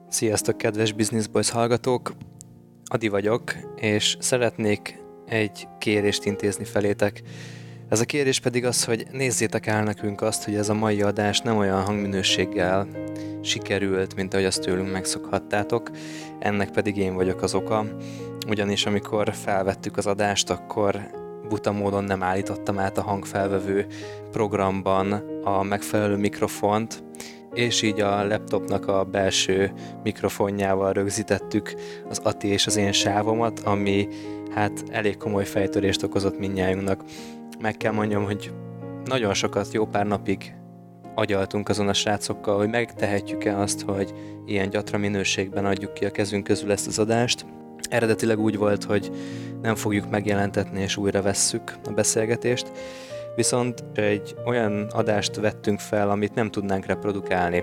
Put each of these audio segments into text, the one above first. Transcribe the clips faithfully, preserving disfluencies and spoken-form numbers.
Sziasztok, kedves Business Boys hallgatók! Adi vagyok, és szeretnék egy kérést intézni felétek. Ez a kérés pedig az, hogy nézzétek el nekünk azt, hogy ez a mai adás nem olyan hangminőséggel sikerült, mint ahogy azt tőlünk megszokhattátok. Ennek pedig én vagyok az oka, ugyanis amikor felvettük az adást, akkor buta módon nem állítottam át a hangfelvevő programban a megfelelő mikrofont, és így a laptopnak a belső mikrofonjával rögzítettük az Ati és az én sávomat, ami hát elég komoly fejtörést okozott mindnyájunknak. Meg kell mondjam, hogy nagyon sokat, jó pár napig agyaltunk azon a srácokkal, hogy megtehetjük-e azt, hogy ilyen gyatra minőségben adjuk ki a kezünk közül ezt az adást. Eredetileg úgy volt, hogy nem fogjuk megjelentetni és újra vesszük a beszélgetést, viszont egy olyan adást vettünk fel, amit nem tudnánk reprodukálni.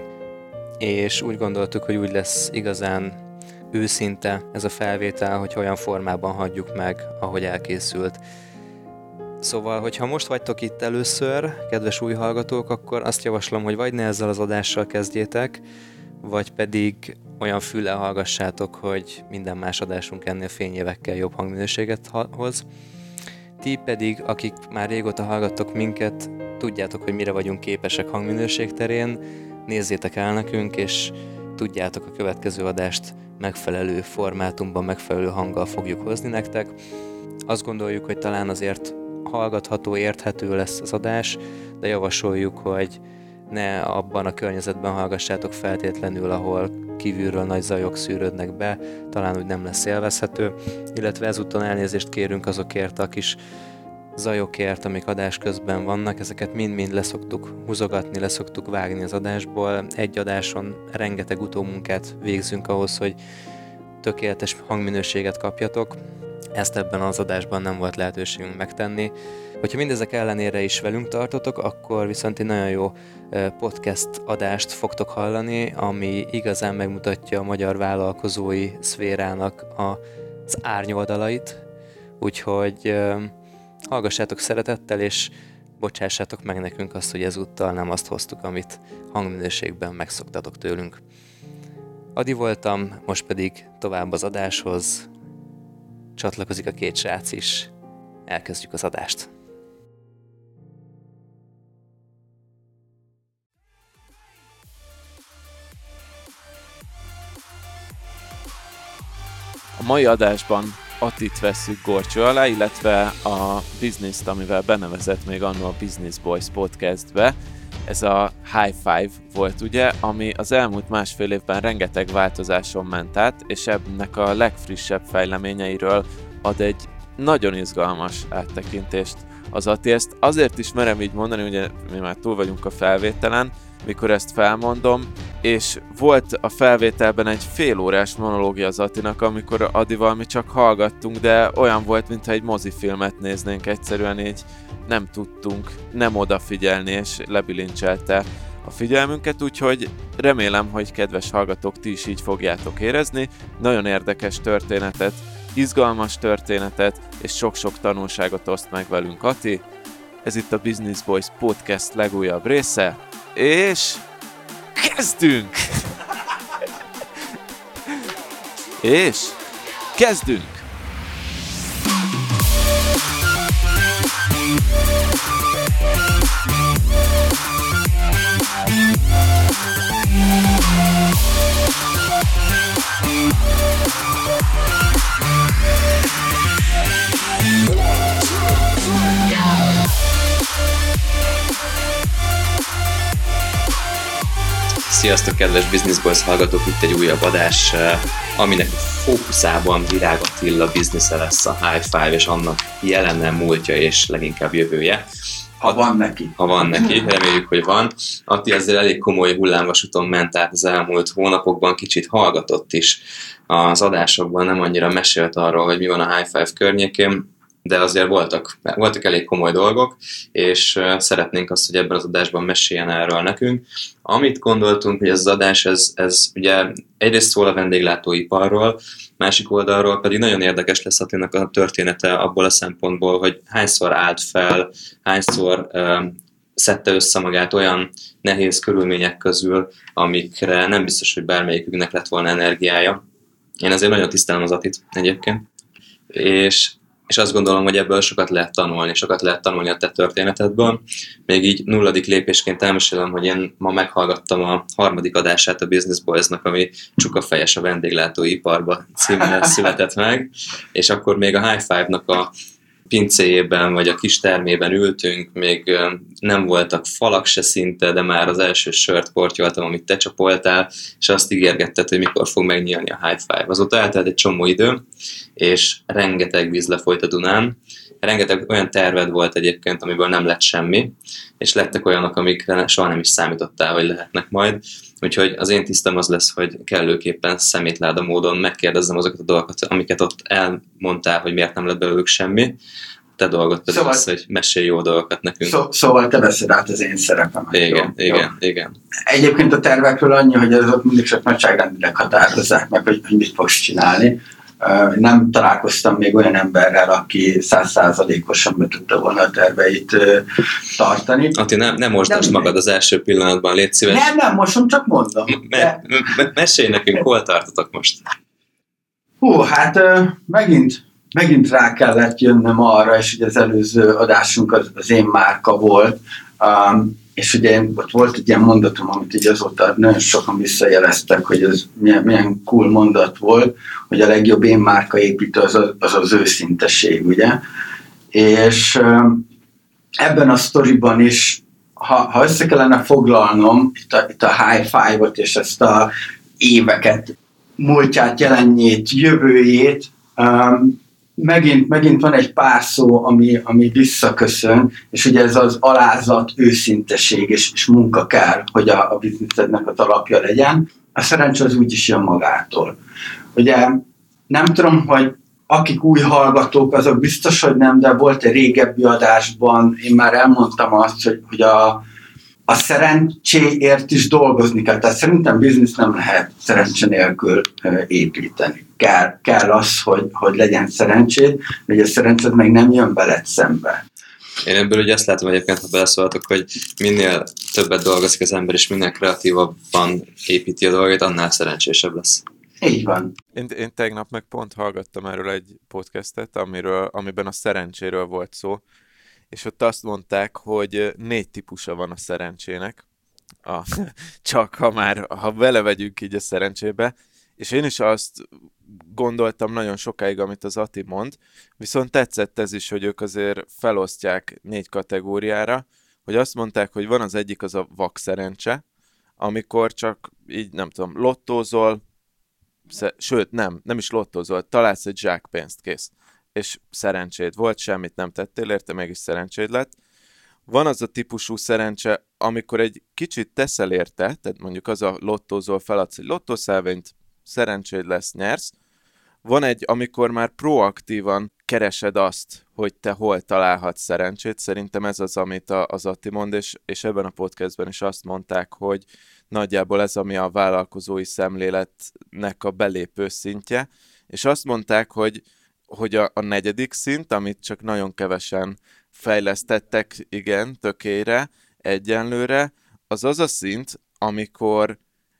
És úgy gondoltuk, hogy úgy lesz igazán őszinte ez a felvétel, hogy olyan formában hagyjuk meg, ahogy elkészült. Szóval, hogyha most vagytok itt először, kedves új hallgatók, akkor azt javaslom, hogy vagy ne ezzel az adással kezdjétek, vagy pedig olyan füllel hallgassátok, hogy minden más adásunk ennél fényévekkel jobb hangminőséget hoz. Ti pedig, akik már régóta hallgattok minket, tudjátok, hogy mire vagyunk képesek hangminőség terén, nézzétek el nekünk, és tudjátok, a következő adást megfelelő formátumban, megfelelő hanggal fogjuk hozni nektek. Azt gondoljuk, hogy talán azért hallgatható, érthető lesz az adás, de javasoljuk, hogy ne abban a környezetben hallgassátok feltétlenül, ahol kívülről nagy zajok szűrődnek be, talán úgy nem lesz élvezhető, illetve ezúton elnézést kérünk azokért a kis zajokért, amik adás közben vannak, ezeket mind-mind leszoktuk húzogatni, leszoktuk vágni az adásból. Egy adáson rengeteg utómunkát végzünk ahhoz, hogy tökéletes hangminőséget kapjatok. Ezt ebben az adásban nem volt lehetőségünk megtenni. Hogyha mindezek ellenére is velünk tartotok, akkor viszont egy nagyon jó podcast adást fogtok hallani, ami igazán megmutatja a magyar vállalkozói szférának az árnyoldalait. Úgyhogy hallgassátok szeretettel, és bocsássátok meg nekünk azt, hogy ezúttal nem azt hoztuk, amit hangminőségben megszoktatok tőlünk. Adi voltam, most pedig tovább az adáshoz. Csatlakozik a két srác is. Elkezdjük az adást. A mai adásban Attit vesszük górcső alá, illetve a bizniszt, amivel benevezett még annó a Business Boys podcastbe. Ez a High Five volt ugye, ami az elmúlt másfél évben rengeteg változáson ment át, és ennek a legfrissebb fejleményeiről ad egy nagyon izgalmas áttekintést az Atti. Ezt azért is merem így mondani, ugye mi már túl vagyunk a felvételen, mikor ezt felmondom, és volt a felvételben egy fél órás monológia az Attinak, amikor Adival mi csak hallgattunk, de olyan volt, mintha egy mozifilmet néznénk, egyszerűen így nem tudtunk nem odafigyelni, és lebilincselte a figyelmünket, úgyhogy remélem, hogy kedves hallgatók, ti is így fogjátok érezni. Nagyon érdekes történetet, izgalmas történetet, és sok-sok tanulságot oszt meg velünk Ati. Ez itt a Business Boys podcast legújabb része, és kezdünk! és kezdünk! Sziasztok, kedves Business Boys hallgatók! Itt egy újabb adás, aminek a fókuszában Virág Attila biznisze lesz, a High Five, és annak jelenne, múltja és leginkább jövője. Ha van neki. Ha van neki, reméljük, hogy van. Atti ezzel elég komoly hullámvasúton ment át az elmúlt hónapokban, kicsit hallgatott is az adásokban, nem annyira mesélt arról, hogy mi van a High Five környékén, de azért voltak, voltak elég komoly dolgok, és szeretnénk azt, hogy ebben az adásban meséljen erről nekünk. Amit gondoltunk, hogy ez az adás, ez, ez ugye egyrészt szól a vendéglátóiparról, másik oldalról pedig nagyon érdekes lesz Attinak a története abból a szempontból, hogy hányszor állt fel, hányszor uh, szedte össze magát olyan nehéz körülmények közül, amikre nem biztos, hogy bármelyiküknek lett volna energiája. Én ezért nagyon tisztelem az Atit egyébként. És, és azt gondolom, hogy ebből sokat lehet tanulni, sokat lehet tanulni a te történetedből. Még így nulladik lépésként elmesélem, hogy én ma meghallgattam a harmadik adását a Business Boys-nak, ami Csukafejes a vendéglátóiparba címmel született meg, és akkor még a High Five-nak a pincéjében vagy a kis termében ültünk, még nem voltak falak se szinte, de már az első sört portyoltam, amit te csapoltál, és azt ígérgetted, hogy mikor fog megnyílni a High Five. Azóta eltelt egy csomó idő, és rengeteg víz lefolyt a Dunán. Rengeteg olyan terved volt egyébként, amiből nem lett semmi, és lettek olyanok, amikre soha nem is számítottál, hogy lehetnek majd. Úgyhogy az én tisztem az lesz, hogy kellőképpen szemétláda módon megkérdezzem azokat a dolgokat, amiket ott elmondtál, hogy miért nem lett belőlük semmi. Te dolgot pedig szóval, az, hogy mesélj jó dolgokat nekünk. Szó, szóval te veszed át az én szerepemet. Igen, jó, igen, jó. igen. Egyébként a tervekről annyi, hogy azok mindig csak nagyságrendileg határozzák meg, hogy, hogy mit fogsz csinálni. Nem találkoztam még olyan emberrel, aki száz százalékosan be tudta volna a terveit tartani. Ati, nem, nem mosdasd magad az első pillanatban, légy szíves. Nem, nem, mosom, csak mondom. Me- me- mesélj nekünk, hol tartotok most? Hú, hát megint, megint rá kellett jönnöm arra, és ugye az előző adásunk az, az én márka volt, um, és ugye ott volt egy ilyen mondatom, amit így azóta nagyon sokan visszajeleztek, hogy ez milyen, milyen cool mondat volt, hogy a legjobb én márkaépítő az az, az az őszinteség, ugye? És um, ebben a sztoriban is, ha, ha össze kellene foglalnom itt a, itt a High Five-ot és ezt a éveket, múltját, jelenjét, jövőjét, um, Megint, megint van egy pár szó, ami, ami visszaköszön, és ugye ez az alázat, őszinteség és, és munka kell, hogy a, a bizniszednek az alapja legyen. A szerencse az úgyis jön magától. Ugye nem tudom, hogy akik új hallgatók, azok biztos, hogy nem, de volt egy régebbi adásban, én már elmondtam azt, hogy, hogy a, a szerencséért is dolgozni kell. Tehát szerintem biznisz nem lehet szerencse nélkül építeni. Kell, kell az, hogy, hogy legyen szerencséd, hogy a szerencsét meg nem jön veled szembe. Én ebből ugye azt látom egyébként, ha beleszóltok, hogy minél többet dolgozik az ember, és minél kreatívabban építi a dolgait, annál szerencsésebb lesz. Így van. Én, én tegnap meg pont hallgattam erről egy podcastet, amiről, amiben a szerencséről volt szó, és ott azt mondták, hogy négy típusa van a szerencsének, a, csak ha már, ha belevegyünk így a szerencsébe, és én is azt gondoltam nagyon sokáig, amit az Ati mond, viszont tetszett ez is, hogy ők azért felosztják négy kategóriára, hogy azt mondták, hogy van az egyik, az a vak szerencse, amikor csak így, nem tudom, lottózol, sz- sőt, nem, nem is lottózol, találsz egy zsákpénzt, kész, és szerencséd volt, semmit nem tettél érte, mégis szerencséd lett. Van az a típusú szerencse, amikor egy kicsit teszel érte, tehát mondjuk az a lottózol, feladsz egy lottószelvényt, szerencséd lesz, nyersz. Van egy, amikor már proaktívan keresed azt, hogy te hol találhatsz szerencsét. Szerintem ez az, amit a, az Ati mond, és, és ebben a podcastben is azt mondták, hogy nagyjából ez, ami a vállalkozói szemléletnek a belépő szintje. És azt mondták, hogy, hogy a, a negyedik szint, amit csak nagyon kevesen fejlesztettek, igen, tökére, egyenlőre, az az a szint, amikor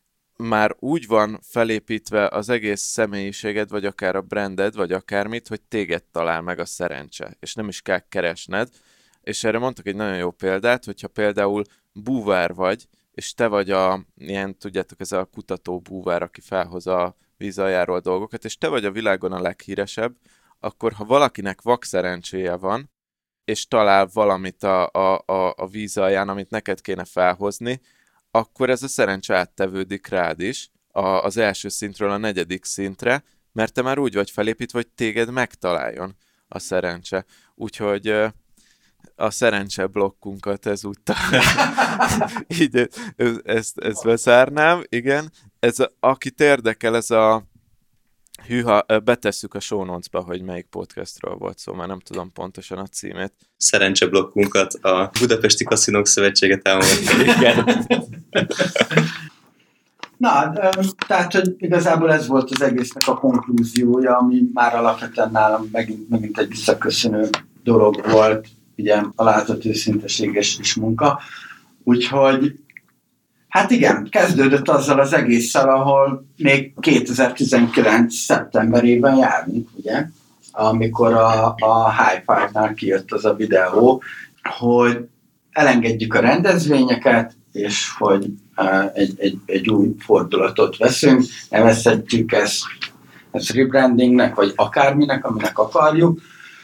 már úgy van felépítve az egész személyiséged, vagy akár a branded, vagy akármit, hogy téged talál meg a szerencse, és nem is kell keresned. És erre mondtak egy nagyon jó példát, hogyha például búvár vagy, és te vagy a, ilyen, tudjátok, ez a kutató búvár, aki felhoz a víz aljáról dolgokat, és te vagy a világon a leghíresebb, akkor ha valakinek vak szerencséje van, és talál valamit a, a, a, a víz alján, amit neked kéne felhozni, akkor ez a szerencse áttevődik rád is a, az első szintről a negyedik szintre, mert te már úgy vagy felépítve, hogy téged megtaláljon a szerencse. Úgyhogy a szerencse blokkunkat ezúttal így ezt, ezt bezárnám, igen. Ez, akit érdekel, ez a hűha, betesszük a show notes-ba, hogy melyik podcastról volt szó, már nem tudom pontosan a címét. Szerencseblokkunkat a Budapesti Kaszinók Szövetsége támogatja. Igen. Na, tehát, hogy igazából ez volt az egésznek a konklúziója, ami már alapvetően nálam megint, megint egy visszaköszönő dolog volt. ugye alázat, őszinteség és, és munka. Úgyhogy hát igen, kezdődött azzal az egésszel, ahol még kétezer-tizenkilenc szeptemberében járunk, ugye, amikor a, a High Five-nál kijött az a videó, hogy elengedjük a rendezvényeket, és hogy uh, egy, egy, egy új fordulatot veszünk, nevezhetjük ezt, ezt rebrandingnek, vagy akárminek, aminek akarjuk.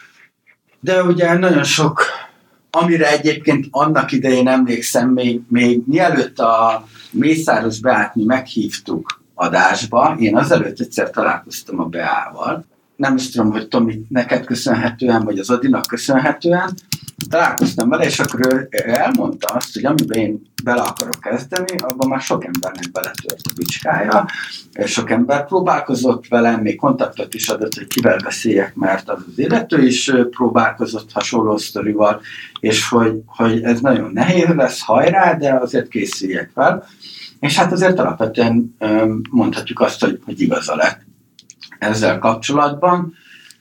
De ugye nagyon sok, amire egyébként annak idején emlékszem, még, még mielőtt a Mészáros Beát mi meghívtuk adásba, én azelőtt egyszer találkoztam a Beával. Nem is tudom, hogy Tomi, neked köszönhetően, vagy az Adinak köszönhetően, találkoztam vele, és akkor ő elmondta azt, hogy amiben én bele akarok kezdeni, abban már sok embernek beletört a bicskája, sok ember próbálkozott velem, még kontaktot is adott, hogy kivel beszéljek, mert az az illető is próbálkozott hasonló sztorival, és hogy, hogy ez nagyon nehéz lesz, hajrá, de azért készüljek fel. És hát azért alapvetően mondhatjuk azt, hogy, hogy igaza lett ezzel kapcsolatban,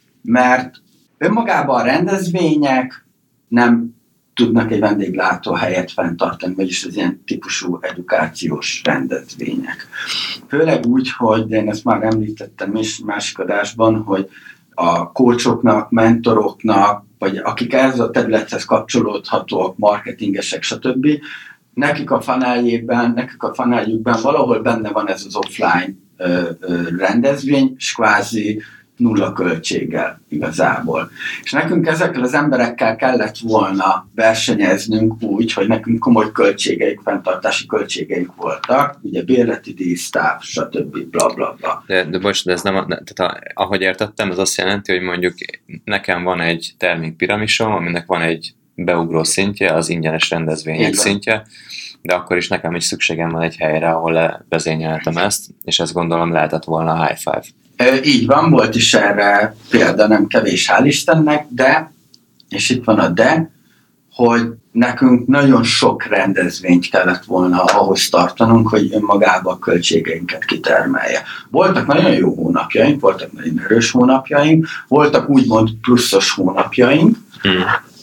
mert önmagában a rendezvények nem tudnak egy vendéglátóhelyet fenntartani, vagyis az ilyen típusú edukációs rendezvények. Főleg úgy, hogy én ezt már említettem is másik adásban, hogy a coachoknak, mentoroknak, vagy akik ehhez a területhez kapcsolódhatóak, marketingesek, stb., nekik a funnelében, nekik a funneljükben valahol benne van ez az offline ö, ö, rendezvény, és kvázi nulla költséggel igazából. És nekünk ezekkel az emberekkel kellett volna versenyeznünk úgy, hogy nekünk komoly költségeik, fenntartási költségeik voltak, ugye bérleti díj, sztáv, stb. Bla, bla, bla. De, de most, de ez nem, tehát ahogy értettem, ez azt jelenti, hogy mondjuk nekem van egy termékpiramisom, aminek van egy beugró szintje, az ingyenes rendezvények szintje, de akkor is nekem is szükségem van egy helyre, ahol vezényeltem ezt, és ezt gondolom lehetett volna a High Five. Így van, volt is erre példa, nem kevés, hál' Istennek, de, és itt van a de, hogy nekünk nagyon sok rendezvényt kellett volna ahhoz tartanunk, hogy önmagában a költségeinket kitermelje. Voltak nagyon jó hónapjaink, voltak nagyon erős hónapjaink, voltak úgymond pluszos hónapjaink, hmm.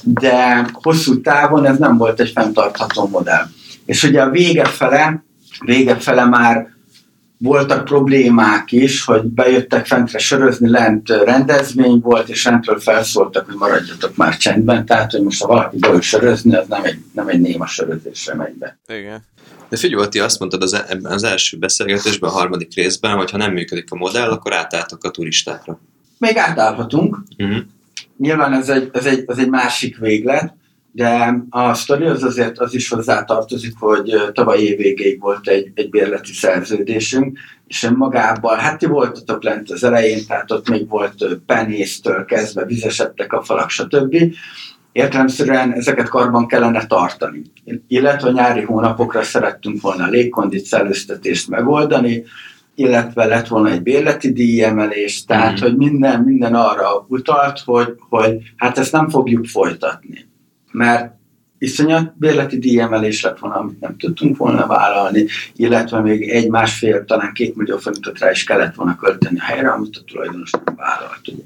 de hosszú távon ez nem volt egy fenntartható modell. És ugye a vége fele, vége fele már voltak problémák is, hogy bejöttek fentre sörözni, lent rendezvény volt, és lentről felszóltak, hogy maradjatok már csendben, tehát, hogy most ha valaki beül sörözni, az nem egy, nem egy néma sörözésre megy be. Igen. De figyelj, ti azt mondtad az, ebben az első beszélgetésben, a harmadik részben, hogy ha nem működik a modell, akkor átálltok a turistákra. Még átállhatunk. Uh-huh. Nyilván ez egy, ez, egy, ez egy másik véglet, de a sztori az azért az is hozzátartozik, hogy tavaly év végéig volt egy, egy bérleti szerződésünk, és önmagában, hát ti voltatok lent az elején, tehát ott még volt penésztől kezdve, vizesedtek a falak, stb. Értelemszerűen ezeket karban kellene tartani. Illetve a nyári hónapokra szerettünk volna légkondit, szellőztetést megoldani, illetve lett volna egy bérleti díjemelés, tehát mm. hogy minden, minden arra utalt, hogy, hogy hát ezt nem fogjuk folytatni. Mert iszonyat bérleti díjemelés lett volna, amit nem tudtunk volna vállalni, illetve még egy másfél, talán két millió forintot rá is kellett volna költeni a helyre, amit a tulajdonos nem vállalt, ugye.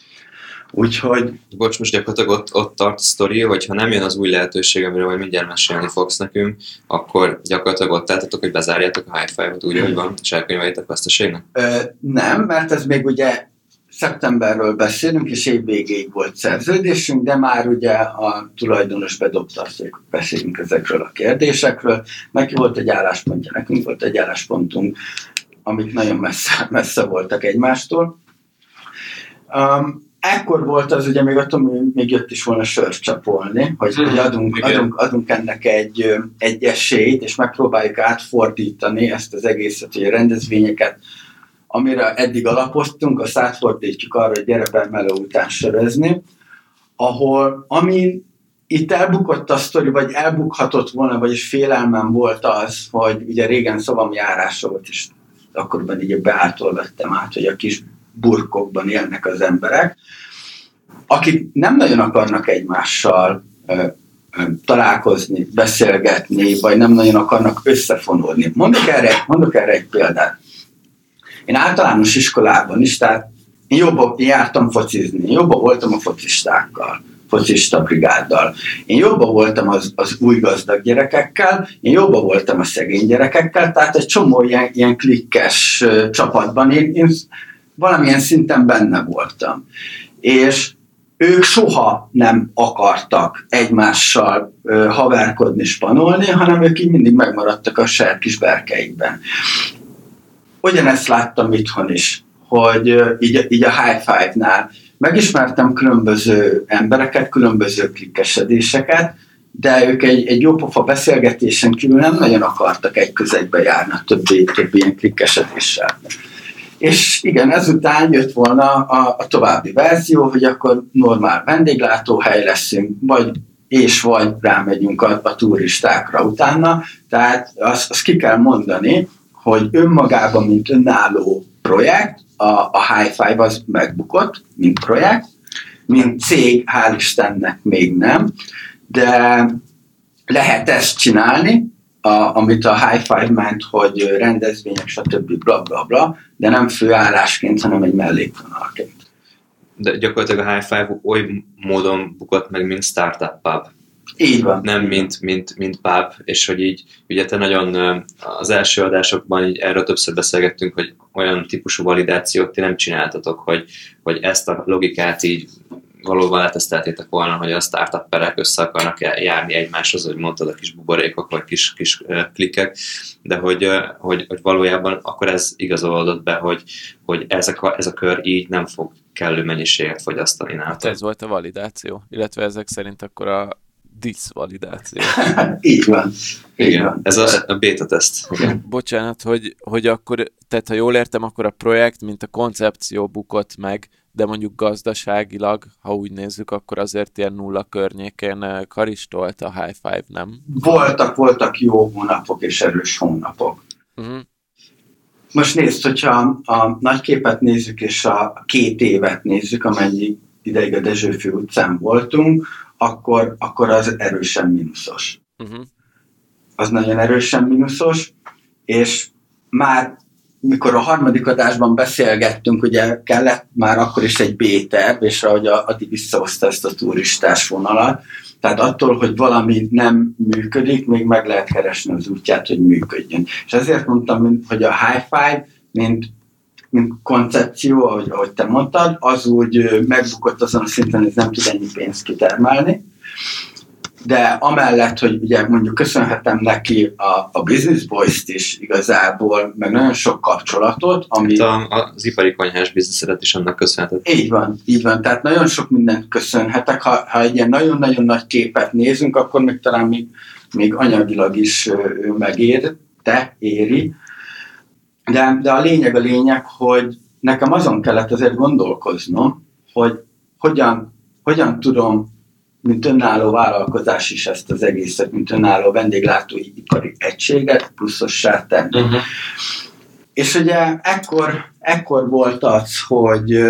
Úgyhogy... Bocs, most gyakorlatilag ott, ott tart a sztori, hogy ha nem jön az új lehetőség, amiről majd mindjárt mesélni fogsz nekünk, akkor gyakorlatilag ott álltatok, hogy bezárjátok a High Five-ot úgy, hogy van, és elkönyveljétek veszteségnek? Ö, nem, mert ez még ugye szeptemberről beszélünk, és év végéig volt szerződésünk, de már ugye a tulajdonos bedobta azt, hogy beszélünk ezekről a kérdésekről. Neki volt egy álláspontja, nekünk volt egy álláspontunk, amik nagyon messze, messze voltak egymástól. Um, ekkor volt az, ugye még attól még jött is volna sört csapolni, hogy, hmm, hogy adunk, adunk, adunk ennek egy, egy esélyt, és megpróbáljuk átfordítani ezt az egészet, hogy a rendezvényeket, amire eddig alapoztunk, azt átfordítjuk arra, hogy gyere be meló után sörözni, ahol, ami itt elbukott a sztori, vagy elbukhatott volna, vagyis félelmem volt az, hogy ugye régen szavam járása volt, és akkorban így beától vettem át, hogy a kis burkokban élnek az emberek, akik nem nagyon akarnak egymással ö, ö, találkozni, beszélgetni, vagy nem nagyon akarnak összefonódni. Mondok erre, mondok erre egy példát. Én általános iskolában is, tehát én jobban jártam focizni, jobban voltam a focistákkal. focista brigáddal. Én jobban voltam az, az új gazdag gyerekekkel, én jobban voltam a szegény gyerekekkel, tehát egy csomó ilyen, ilyen klikkes uh, csapatban én, én valamilyen szinten benne voltam. És ők soha nem akartak egymással uh, haverkodni, spanolni, hanem ők így mindig megmaradtak a saját kis berkeikben. Ugyanezt láttam itthon is, hogy uh, így, így a High Five-nál megismertem különböző embereket, különböző klikkesedéseket, de ők egy, egy jópofa beszélgetésen kívül nem nagyon akartak egy közegbe járni a többi, többi ilyen klikkesedéssel. És igen, ezután jött volna a, a további verzió, hogy akkor normál vendéglátóhely leszünk, vagy és vagy rámegyünk a, a turistákra utána. Tehát azt, azt ki kell mondani, hogy önmagában, mint önálló projekt, a, a High Five az megbukott, mint projekt, mint cég, hál' Istennek még nem, de lehet ezt csinálni, a, amit a High Five ment, hogy rendezvények, stb. Bla, bla, bla, de nem főállásként, hanem egy mellékvonalként. De gyakorlatilag a High Five oly módon bukott meg, mint startup pub. Így van. Nem mint, mint, mint pub, és hogy így, ugye te nagyon az első adásokban így erről többször beszélgettünk, hogy olyan típusú validációt ti nem csináltatok, hogy, hogy ezt a logikát így valóban leteszteltétek volna, hogy a startupperek össze akarnak járni egymáshoz, hogy mondtad, a kis buborékok, vagy kis, kis klikkek, de hogy, hogy, hogy valójában akkor ez igazolódott be, hogy, hogy ezek a, ez a kör így nem fog kellő mennyiséget fogyasztani nálatok. Hát ez volt a validáció, illetve ezek szerint akkor a diszvalidáció. Így van. Így Igen, van. ez a, a beta teszt. Igen. Bocsánat, hogy, hogy akkor, tehát ha jól értem, akkor a projekt, mint a koncepció bukott meg, de mondjuk gazdaságilag, ha úgy nézzük, akkor azért ilyen nulla környékén karistolt a High Five, nem? Voltak, voltak jó hónapok és erős hónapok. Uh-huh. Most nézd, hogyha a nagy képet nézzük, és a két évet nézzük, amennyi ideig a Dezsőfő utcán voltunk, akkor, akkor az erősen mínuszos. Uh-huh. Az nagyon erősen mínuszos, és már mikor a harmadik adásban beszélgettünk, ugye kellett már akkor is egy B-terv, és ahogy Adi visszahozta ezt a turistás vonalat, tehát attól, hogy valami nem működik, még meg lehet keresni az útját, hogy működjön. És ezért mondtam, hogy a High Five, mint, mint koncepció, ahogy, ahogy te mondtad, az úgy megbukott azon a szinten, hogy nem tud ennyi pénzt kitermelni. De amellett, hogy ugye mondjuk köszönhetem neki a, a Business Boys-t is igazából, meg nagyon sok kapcsolatot, ami... Hát a, az ipari konyhás bizniszedet is annak köszönheted. Így van, így van. Tehát nagyon sok mindent köszönhetek. Ha, ha egy ilyen nagyon-nagyon nagy képet nézünk, akkor még talán még, még anyagilag is ő megérte, éri. De, de a lényeg a lényeg, hogy nekem azon kellett azért gondolkoznom, hogy hogyan, hogyan tudom mint önálló vállalkozás is ezt az egészet, mint önálló vendéglátói ipari egységet pluszossá tenni. Uh-huh. És ugye ekkor, ekkor volt az, hogy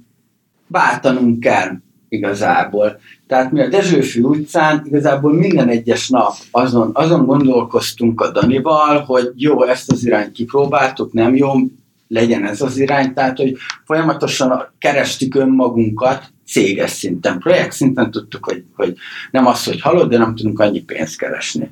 váltanunk kell igazából. Tehát mi a Dezsőfő utcán igazából minden egyes nap azon, azon gondolkoztunk a Danival, hogy jó, ezt az irányt kipróbáltuk, nem jó, legyen ez az irány. Tehát, hogy folyamatosan kerestük önmagunkat, céges szinten, projekt szinten tudtuk, hogy, hogy nem az, hogy halad, de nem tudunk annyi pénzt keresni.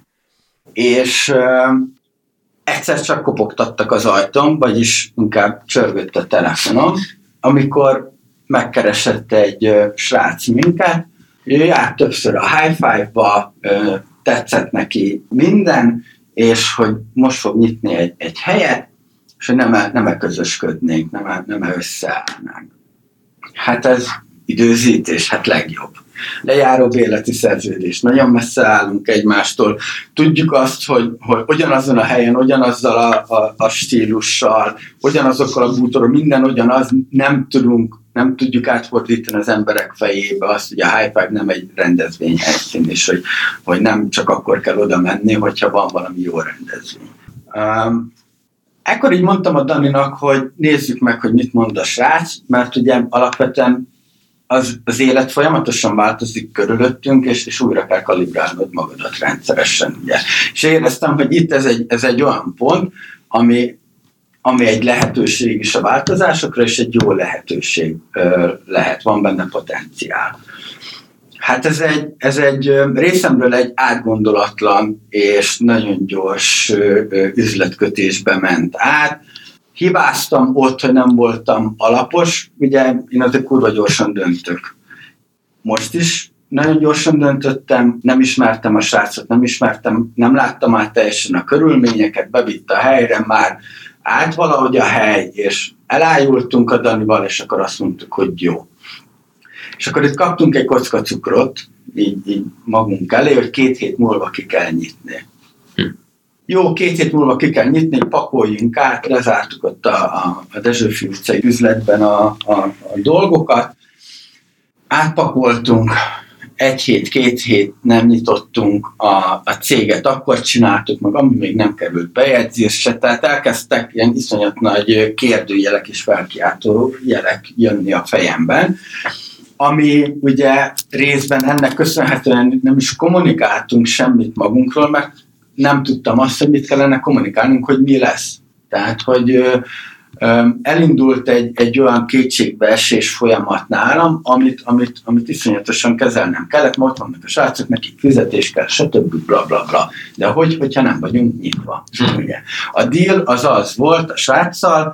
És uh, egyszer csak kopogtattak az ajtón, vagyis inkább csörgött a telefonom, amikor megkeresett egy uh, srác minket, ő járt többször a High Five-ba, uh, tetszett neki minden, és hogy most fog nyitni egy, egy helyet, és hogy nem, nem közösködnénk, nem, nem összeállnánk. Hát ez időzítés, hát legjobb. Lejáró bérleti szerződés, nagyon messze állunk egymástól. Tudjuk azt, hogy, hogy ugyanazon a helyen, ugyanazzal a, a, a stílussal, ugyanazokkal a bútorral, minden ugyanaz, nem tudunk, nem tudjuk átfordítani az emberek fejébe azt, hogy a High Five nem egy rendezvényhelyszín, és hogy, hogy nem csak akkor kell oda menni, hogyha van valami jó rendezvény. Um, Ekkor így mondtam a Daninak, hogy nézzük meg, hogy mit mond a srác, mert ugye alapvetően az, az élet folyamatosan változik körülöttünk, és, és újra kell kalibrálnod magadat rendszeresen. Ugye. És éreztem, hogy itt ez egy, ez egy olyan pont, ami, ami egy lehetőség is a változásokra, és egy jó lehetőség ö, lehet, van benne potenciál. Hát ez egy, ez egy részemről egy átgondolatlan és nagyon gyors üzletkötésbe ment át. Hibáztam ott, hogy nem voltam alapos, ugye én azért kurva gyorsan döntök. Most is nagyon gyorsan döntöttem, nem ismertem a srácot, nem ismertem, nem láttam át teljesen a körülményeket, bevitt a helyre, már állt valahogy a hely, és elájultunk a Danival, és akkor azt mondtuk, hogy jó. És akkor itt kaptunk egy kocka cukrot, így, így magunk elé, hogy két hét múlva ki kell nyitni. Hm. Jó, két hét múlva ki kell nyitni, pakoljunk át, lezártuk ott a, a, a Dezsőfi utcai üzletben a, a, a dolgokat, átpakoltunk, egy hét, két hét nem nyitottunk a, a céget, akkor csináltuk meg, ami még nem került bejegyzésre, tehát elkezdtek ilyen iszonyat nagy kérdőjelek és felkiáltó jelek jönni a fejemben, ami ugye részben ennek köszönhetően nem is kommunikáltunk semmit magunkról, mert nem tudtam azt, hogy mit kellene kommunikálnunk, hogy mi lesz. Tehát, hogy ö, ö, elindult egy, egy olyan kétségbeesés folyamat nálam, amit, amit, amit iszonyatosan kezelnem kellett, mert ott vannak a srácok, nekik fizetés kell, stb. Bla, bla, bla. De hogy, hogyha nem vagyunk nyitva? Ugye? A deal az az volt a sráccal,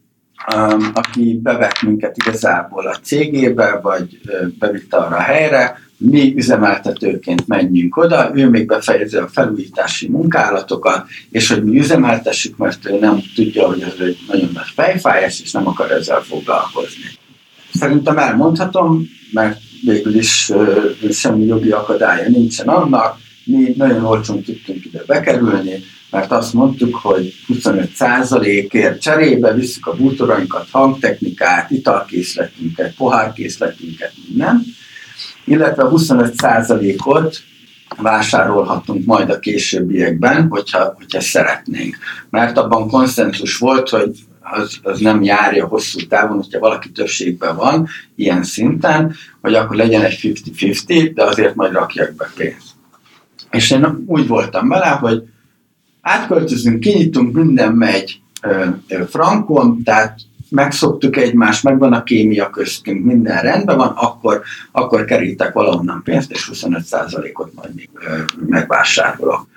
Um, aki bevett minket igazából a cégébe, vagy uh, bevitte arra a helyre, mi üzemeltetőként menjünk oda, ő még befejezi a felújítási munkálatokat, és hogy mi üzemeltessük, mert ő nem tudja, hogy ez egy nagyon nagy fejfájás, és nem akar ezzel foglalkozni. Szerintem elmondhatom, mert végül is uh, semmi jogi akadálya nincsen annak, mi nagyon olcsón tudtunk ide bekerülni, mert azt mondtuk, hogy huszonöt százalékért cserébe visszük a bútorainkat, hangtechnikát, italkészletünket, pohárkészletünket, minden, illetve huszonöt százalékot vásárolhatunk majd a későbbiekben, hogyha, hogyha szeretnénk. Mert abban konszenzus volt, hogy az, az nem járja hosszú távon, hogyha valaki többségben van, ilyen szinten, hogy akkor legyen egy fifty-fifty, de azért majd rakjak be pénzt. És én úgy voltam vele, hogy átköltözünk, kinyitunk, minden megy ö, ö, frankon, tehát megszoktuk egymást, megvan a kémia köztünk, minden rendben van, akkor, akkor kerítek valahonnan pénzt, és huszonöt százalékot majd még ö, megvásárolok.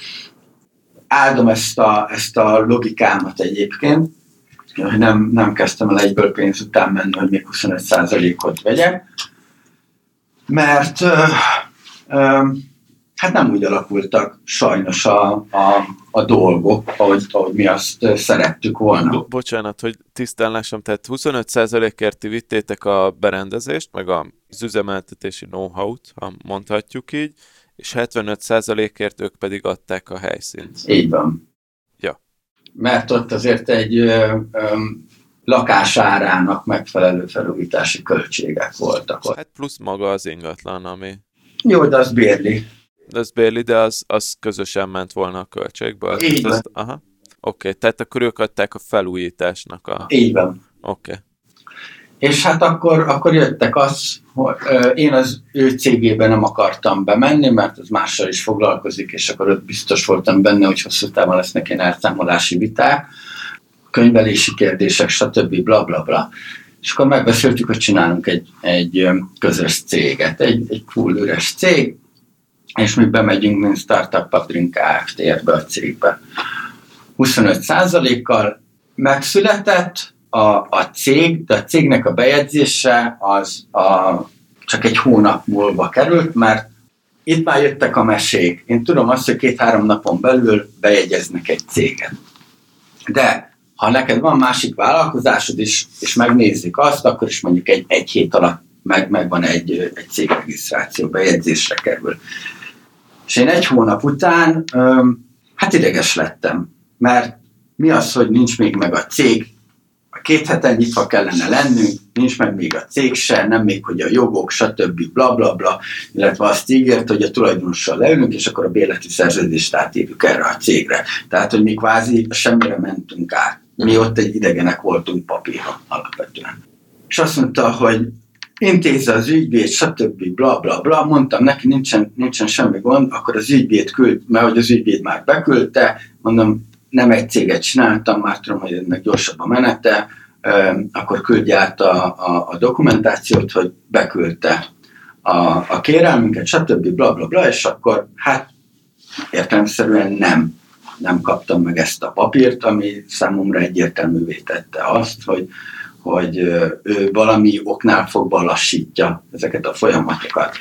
Áldom ezt a, ezt a logikámat egyébként, hogy nem, nem kezdtem el egyből pénz után menni, hogy még huszonöt százalékot vegyek, mert ö, ö, hát nem úgy alakultak sajnos a, a, a dolgok, ahogy, ahogy mi azt szerettük volna. Bo- bocsánat, hogy tisztánlásom, tehát huszonöt százalékért ti vittétek a berendezést, meg az üzemeltetési know-how-t, ha mondhatjuk így, és hetvenöt százalékért ők pedig adták a helyszínt. Így van. Ja. Mert ott azért egy ö, ö, lakás árának megfelelő felújítási költségek voltak ott. Hát plusz maga az ingatlan, ami... Jó, de az bérli. De az bérli, de az, az közösen ment volna a költségbe. Így van. Aha. Oké, okay, tehát akkor ők adták a felújításnak a... Így van. Oké. Okay. És hát akkor, akkor jöttek az, hogy én az ő cégébe nem akartam bemenni, mert az mással is foglalkozik, és akkor ott biztos voltam benne, hogy hosszú távon lesznek ilyen elszámolási viták, könyvelési kérdések, stb. Bla, bla, bla. És akkor megbeszéltük, hogy csinálunk egy, egy közös céget, egy, egy cool üres cég, és mi bemegyünk, mint Startup Padrink Kft. Ebbe a cégbe. huszonöt százalékkal megszületett a, a cég, de a cégnek a bejegyzése az a, csak egy hónap múlva került, mert itt már jöttek a mesék. Én tudom azt, hogy két-három napon belül bejegyeznek egy céget. De ha neked van másik vállalkozásod is, és megnézzük azt, akkor is mondjuk egy, egy hét alatt meg, megvan egy, egy cégregisztráció, bejegyzésre kerül. És én egy hónap után öm, hát ideges lettem, mert mi az, hogy nincs még meg a cég, a két heten nyitva kellene lennünk, nincs meg még a cég se, nem még, hogy a jogok, stb. Bla, bla, bla, illetve azt ígért, hogy a tulajdonossal leülünk, és akkor a bérleti szerződést átírjuk erre a cégre. Tehát, hogy mi kvázi semmire mentünk át. Mi ott egy idegenek voltunk papíron alapvetően. És azt mondta, hogy intézze az ügyvéd, stb. Bla, bla, bla. Mondtam neki, nincsen, nincsen semmi gond, akkor az ügyvéd küld, mert hogy az ügyvéd már beküldte, mondom, nem egy céget csináltam, már tudom, hogy ennek gyorsabb a menete, akkor küldje át a, a, a dokumentációt, hogy beküldte a, a kérelmünket, stb. Bla, bla, bla, és akkor hát értelemszerűen nem, nem kaptam meg ezt a papírt, ami számomra egyértelművé tette azt, hogy, hogy ő valami oknál fogva lassítja ezeket a folyamatokat.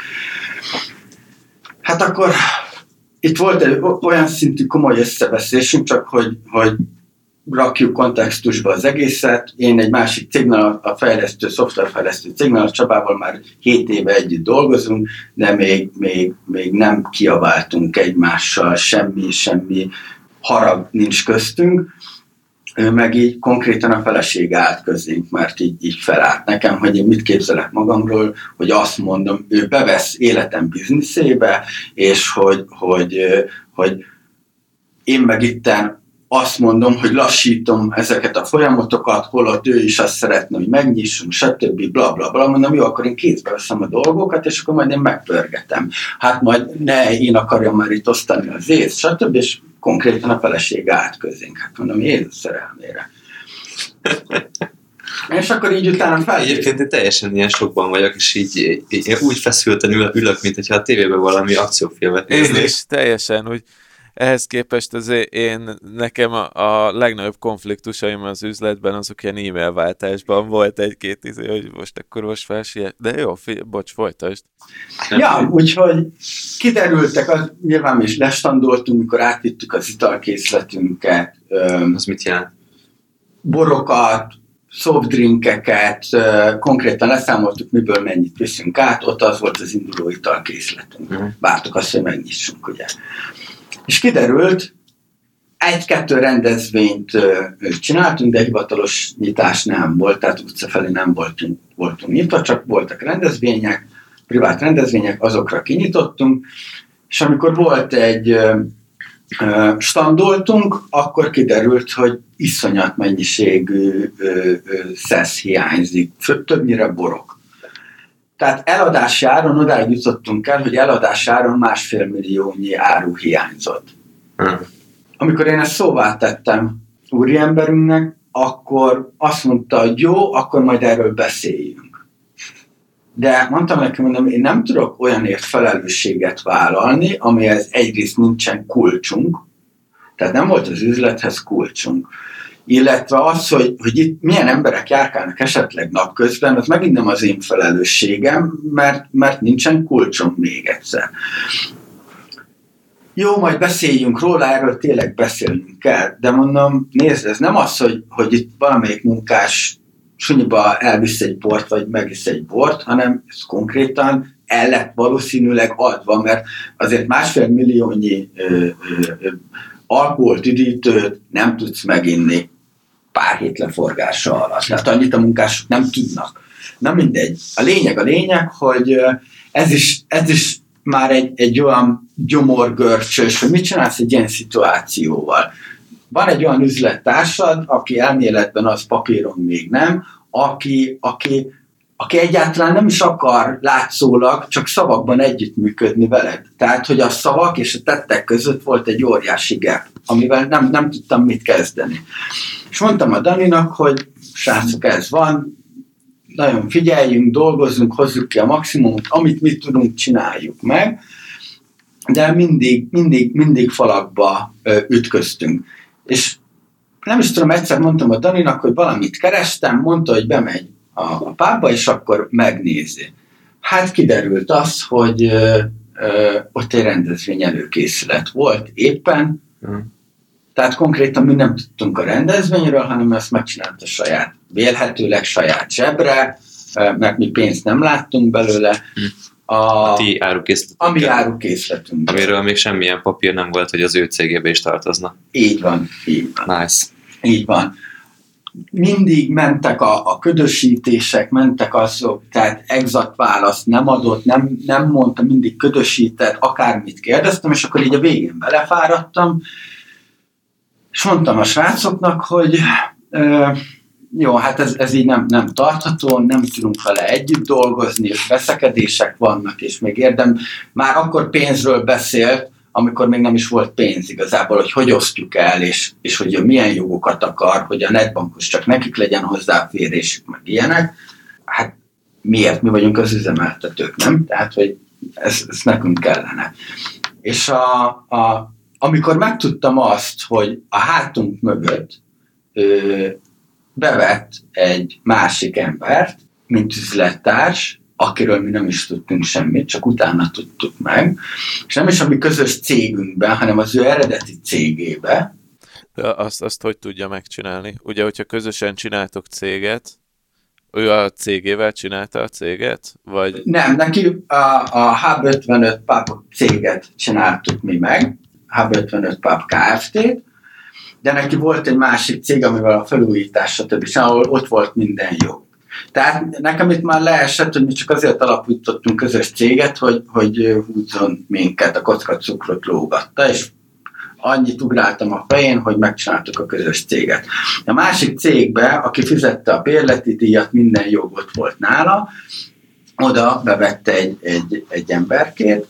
Hát akkor itt volt egy olyan szintű komoly összeveszésünk, csak hogy, hogy rakjuk kontextusba az egészet. Én egy másik cégnál, a fejlesztő, szoftverfejlesztő cégnál, a Csabával már hét éve együtt dolgozunk, de még, még, még nem kiabáltunk egymással, semmi, semmi harag nincs köztünk. Ő meg így konkrétan a feleség állt közénk, mert így, így felállt nekem, hogy én mit képzelek magamról, hogy azt mondom, ő bevesz életem bizniszébe, és hogy, hogy, hogy én meg itten azt mondom, hogy lassítom ezeket a folyamatokat, holott ő is azt szeretne, hogy megnyissunk, stb. Bla, bla, bla. Mondom, jó, akkor én kézbe veszem a dolgokat, és akkor majd én megpörgetem. Hát majd ne én akarjam már itt osztani az észt, stb. És konkrétan a feleség állt közénk. Hát mondom, Jézus szerelmére. És akkor így utána fel. Egyébként én teljesen ilyen sokban vagyok, és így, így úgy feszülten ül, ülök, mint hogyha a tévében valami akciófilmet néznék. Én is teljesen, hogy ehhez képest azért én, nekem a, a legnagyobb konfliktusaim az üzletben azok ilyen e-mail váltásban volt egy-két izé, hogy most akkor most felsiet. De jó, figyelj, bocs, folytasd. Ja, úgyhogy kiderültek, az, nyilván mi is lestandoltunk, mikor átvittük az italkészletünket. Öm, az mit jelent? Borokat, softdrinkeket, konkrétan leszámoltuk, miből mennyit viszünk át, ott az volt az induló italkészletünk. Mm. Vártuk azt, hogy megnyissunk, ugye. És kiderült, egy-kettő rendezvényt csináltunk, de hivatalos nyitás nem volt, tehát utca felé nem voltunk, voltunk nyitva, csak voltak rendezvények, privát rendezvények, azokra kinyitottunk, és amikor volt egy standoltunk, akkor kiderült, hogy iszonyat mennyiségű szesz hiányzik, többnyire borok. Tehát eladási áron odáig jutottunk el, hogy eladási áron másfél milliónyi áru hiányzott. Hmm. Amikor én ezt szóvá tettem úriemberünknek, akkor azt mondta, hogy jó, akkor majd erről beszéljünk. De mondtam neki, mondom, én nem tudok olyanért felelősséget vállalni, amihez egyrészt nincsen kulcsunk, tehát nem volt az üzlethez kulcsunk. Illetve az, hogy, hogy itt milyen emberek járkálnak esetleg napközben, az megint nem az én felelősségem, mert, mert nincsen kulcsom még egyszer. Jó, majd beszéljünk róla, erről tényleg beszélnünk kell, de mondom, nézd, ez nem az, hogy, hogy itt valamelyik munkás sunyiba elvisz egy bort, vagy megisz egy bort, hanem ez konkrétan el lett valószínűleg adva, mert azért másfél milliónyi ö, ö, ö, alkoholt, üdítőt nem tudsz meginni pár hét leforgása alatt. Tehát annyit a munkások nem tudnak. Na mindegy. A lényeg a lényeg, hogy ez is, ez is már egy, egy olyan gyomorgörcsös, hogy mit csinálsz egy ilyen szituációval. Van egy olyan üzlettársad, aki elméletben az papíron még nem, aki, aki, aki egyáltalán nem is akar látszólag, csak szavakban együttműködni veled. Tehát, hogy a szavak és a tettek között volt egy óriási gap, amivel nem, nem tudtam mit kezdeni. És mondtam a Daninak, hogy srácok, ez van, nagyon figyeljünk, dolgozzunk, hozzuk ki a maximumot, amit mi tudunk, csináljuk meg, de mindig, mindig, mindig falakba ö, ütköztünk. És nem is tudom, egyszer mondtam a Daninak, hogy valamit kerestem, mondta, hogy bemegy a pubba, és akkor megnézi. Hát kiderült az, hogy ö, ö, ott egy rendezvény előkészület volt éppen, mm. Tehát konkrétan mi nem tudtunk a rendezvényről, hanem ezt megcsinálta saját, vélhetőleg saját zsebre, mert mi pénzt nem láttunk belőle. Mm. A, a ti árukészletünk. A mi árukészletünk. Amiről még semmilyen papír nem volt, hogy az ő cégébe is tartozna. Így van, így van. Nice. Így van. Mindig mentek a, a ködösítések, mentek azok, tehát exakt választ nem adott, nem, nem mondta, mindig ködösített, akármit kérdeztem, és akkor így a végén belefáradtam, és mondtam a srácoknak, hogy ö, jó, hát ez, ez így nem, nem tartható, nem tudunk vele együtt dolgozni, és veszekedések vannak, és még érdem, már akkor pénzről beszélt, amikor még nem is volt pénz igazából, hogy hogy osztjuk el, és, és hogy milyen jogokat akar, hogy a netbankos csak nekik legyen hozzáférésük, meg ilyenek. Hát miért mi vagyunk az üzemeltetők, nem? Tehát, hogy ez, ez nekünk kellene. És a, a, amikor megtudtam azt, hogy a hátunk mögött ö, bevett egy másik embert, mint üzlettárs, akiről mi nem is tudtunk semmit, csak utána tudtuk meg, és nem is a mi közös cégünkben, hanem az ő eredeti cégébe. De azt, azt hogy tudja megcsinálni? Ugye, hogyha közösen csináltok céget, ő a cégével csinálta a céget? Vagy... Nem, neki a, a Hub ötvenöt Pub céget csináltuk mi meg, Hub ötvenöt Pub Kft-t, de neki volt egy másik cég, amivel a felújítás, stb. Ahol ott volt minden jó. Tehát nekem itt már leesett, hogy mi csak azért alapítottunk közös céget, hogy, hogy húzzon minket, a kockacukrot lógatta, és annyit ugráltam a fején, hogy megcsináltuk a közös céget. A másik cégbe, aki fizette a bérleti díjat, minden jog ott volt nála, oda bevette egy, egy, egy emberkét,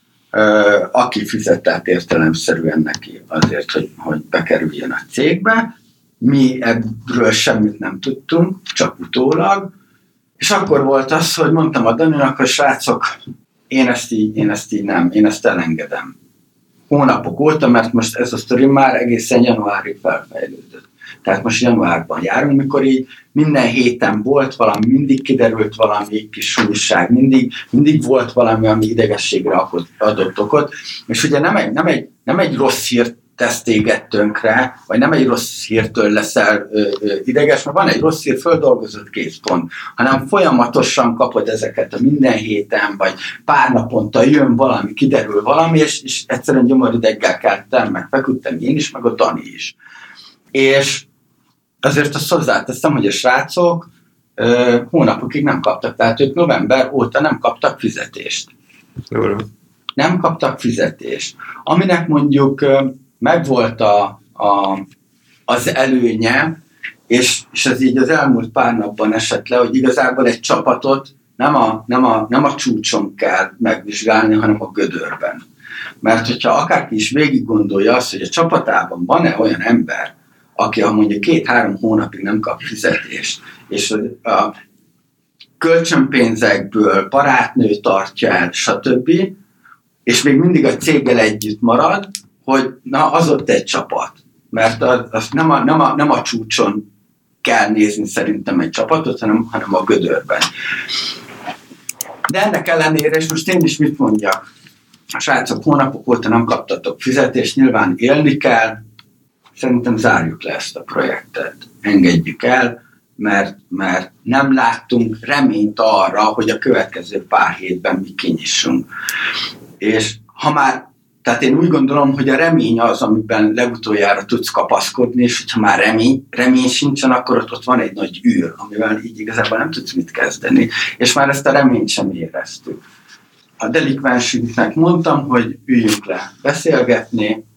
aki fizetett értelemszerűen neki azért, hogy, hogy bekerüljön a cégbe. Mi ebből semmit nem tudtunk, csak utólag. És akkor volt az, hogy mondtam a Daninak, hogy srácok, én ezt így, én ezt így nem, én ezt elengedem. Hónapok óta, mert most ez a sztori már egészen januárig felfejlődött. Tehát most januárban járunk, mikor így minden héten volt valami, mindig kiderült valami kis újság, mindig, mindig volt valami, ami idegességre adott okot. És ugye nem egy, nem egy, nem egy rossz hírt tesz téged tönkre, vagy nem egy rossz hírtől leszel ö, ö, ideges, mert van egy rossz hír, földolgozott készpont, hanem folyamatosan kapod ezeket a minden héten, vagy pár naponta jön valami, kiderül valami, és, és egyszerűen gyomorideggel keltem, meg feküdtem én is, meg a Dani is. És azért azt hozzáteszem, hogy a srácok ö, hónapokig nem kaptak, tehát ők november óta nem kaptak fizetést. Jó. Nem kaptak fizetést. Aminek mondjuk ö, megvolt a, a, az előnye, és, és ez így az elmúlt pár napban esett le, hogy igazából egy csapatot nem a, nem a, nem a csúcson kell megvizsgálni, hanem a gödörben. Mert hogyha akárki is végig gondolja azt, hogy a csapatában van-e olyan ember, aki ha mondjuk két-három hónapig nem kap fizetést, és a kölcsönpénzekből barátnő tartja el, stb., és még mindig a céggel együtt marad, hogy na, az ott egy csapat. Mert az, az nem, a, nem, a, nem a csúcson kell nézni szerintem egy csapatot, hanem, hanem a gödörben. De ennek ellenére, és most én is mit mondjak, a srácok hónapok óta nem kaptatok fizetést, nyilván élni kell, szerintem zárjuk le ezt a projektet, engedjük el, mert, mert nem láttunk reményt arra, hogy a következő pár hétben mi kinyissunk. És ha már, tehát én úgy gondolom, hogy a remény az, amiben legutoljára tudsz kapaszkodni, és hogyha már remény, remény sincsen, akkor ott, ott van egy nagy űr, amivel így igazából nem tudsz mit kezdeni, és már ezt a reményt sem éreztük. A delikvensünknek mondtam, hogy üljünk le beszélgetni,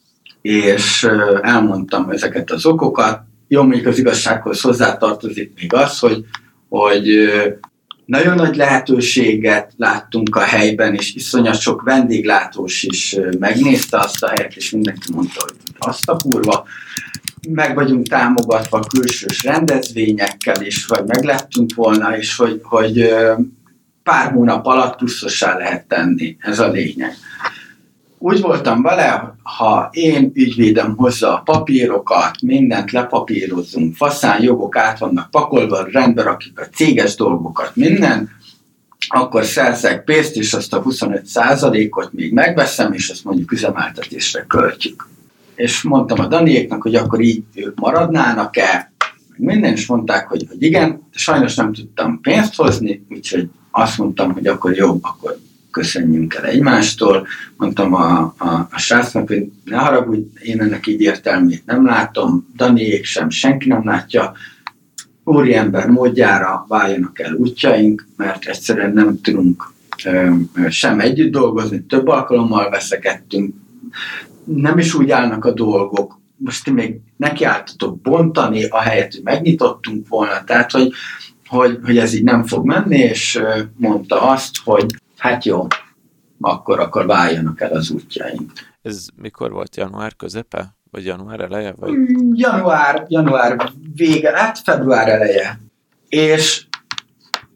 és elmondtam ezeket az okokat. Jó, mondjuk az igazsághoz hozzátartozik még az, hogy, hogy nagyon nagy lehetőséget láttunk a helyben, és iszonyat sok vendéglátós is megnézte azt a helyet, és mindenki mondta, hogy azt a kurva, meg vagyunk támogatva külsős rendezvényekkel is, vagy meglettünk volna, és hogy, hogy pár hónap alatt pluszosá lehet tenni. Ez a lényeg. Úgy voltam vele, ha én ügyvédem hozza a papírokat, mindent lepapírozunk, faszán jogok át vannak pakolva, rendbe rakjuk a céges dolgokat, minden, akkor szerzek pénzt, és azt a huszonöt százalékot még megveszem, és azt mondjuk üzemeltetésre költjük. És mondtam a Daniéknak, hogy akkor így ők maradnának-e, minden is mondták, hogy, hogy igen, sajnos nem tudtam pénzt hozni, úgyhogy azt mondtam, hogy akkor jó, akkor köszönjünk el egymástól. Mondtam a, a, a srácnak, hogy ne haragudj, én ennek így értelmét nem látom, Daniék sem, senki nem látja. Úriember módjára váljanak el útjaink, mert egyszerűen nem tudunk ö, ö, sem együtt dolgozni, több alkalommal veszekedtünk, nem is úgy állnak a dolgok. Most ti még nekiálltatok bontani, ahelyett, hogy megnyitottunk volna, tehát, hogy, hogy, hogy ez így nem fog menni, és mondta azt, hogy hát jó, akkor, akkor váljanak el az útjaink. Ez mikor volt? Január közepe? Vagy január eleje? Vagy? Január, január vége, hát február eleje. És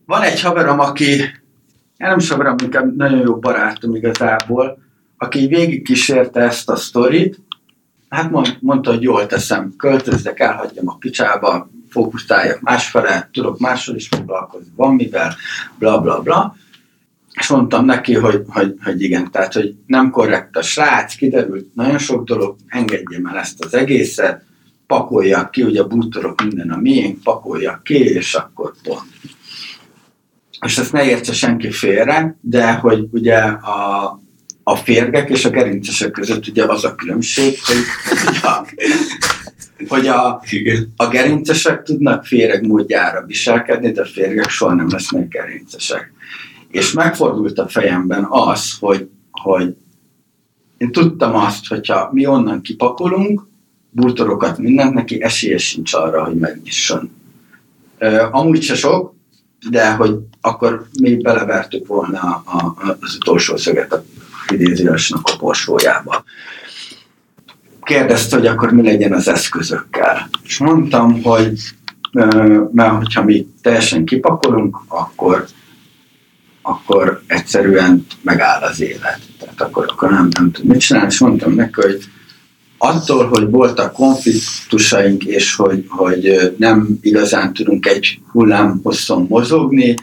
van egy haverom, aki, nem is haverom, inkább nagyon jó barátom igazából, aki végigkísérte ezt a sztorit, hát mond, mondta, hogy jól teszem, költözzek, elhagyjam a picsába, fókuszáljak másfele, tudok máshol is foglalkozni, van mivel, bla bla bla. És mondtam neki, hogy, hogy, hogy igen, tehát, hogy nem korrekt a srác, kiderült nagyon sok dolog, engedjem el ezt az egészet, pakoljak ki, ugye a bútorok minden a miénk, pakoljak ki, és akkor pont. És ezt ne értse senki félre, de hogy ugye a, a férgek és a gerincesek között ugye az a különbség, hogy, hogy a, hogy a, a gerincesek tudnak féreg módjára viselkedni, de a férgek soha nem lesznek gerincesek. És megfordult a fejemben az, hogy, hogy én tudtam azt, hogyha mi onnan kipakolunk, bútorokat, mindent, neki esélye sincs arra, hogy megnyisson. Amúgy se sok, de hogy akkor még belevertük volna a, a, az utolsó szöget a idézőjesnek a porsójába. Kérdezte, hogy akkor mi legyen az eszközökkel. És mondtam, hogy mert hogyha mi teljesen kipakolunk, akkor, akkor egyszerűen megáll az élet. Tehát akkor, akkor nem, nem tud mit csinálni. És mondtam neki, hogy attól, hogy voltak konfliktusaink, és hogy, hogy nem igazán tudunk egy hullám hosszon mozogni,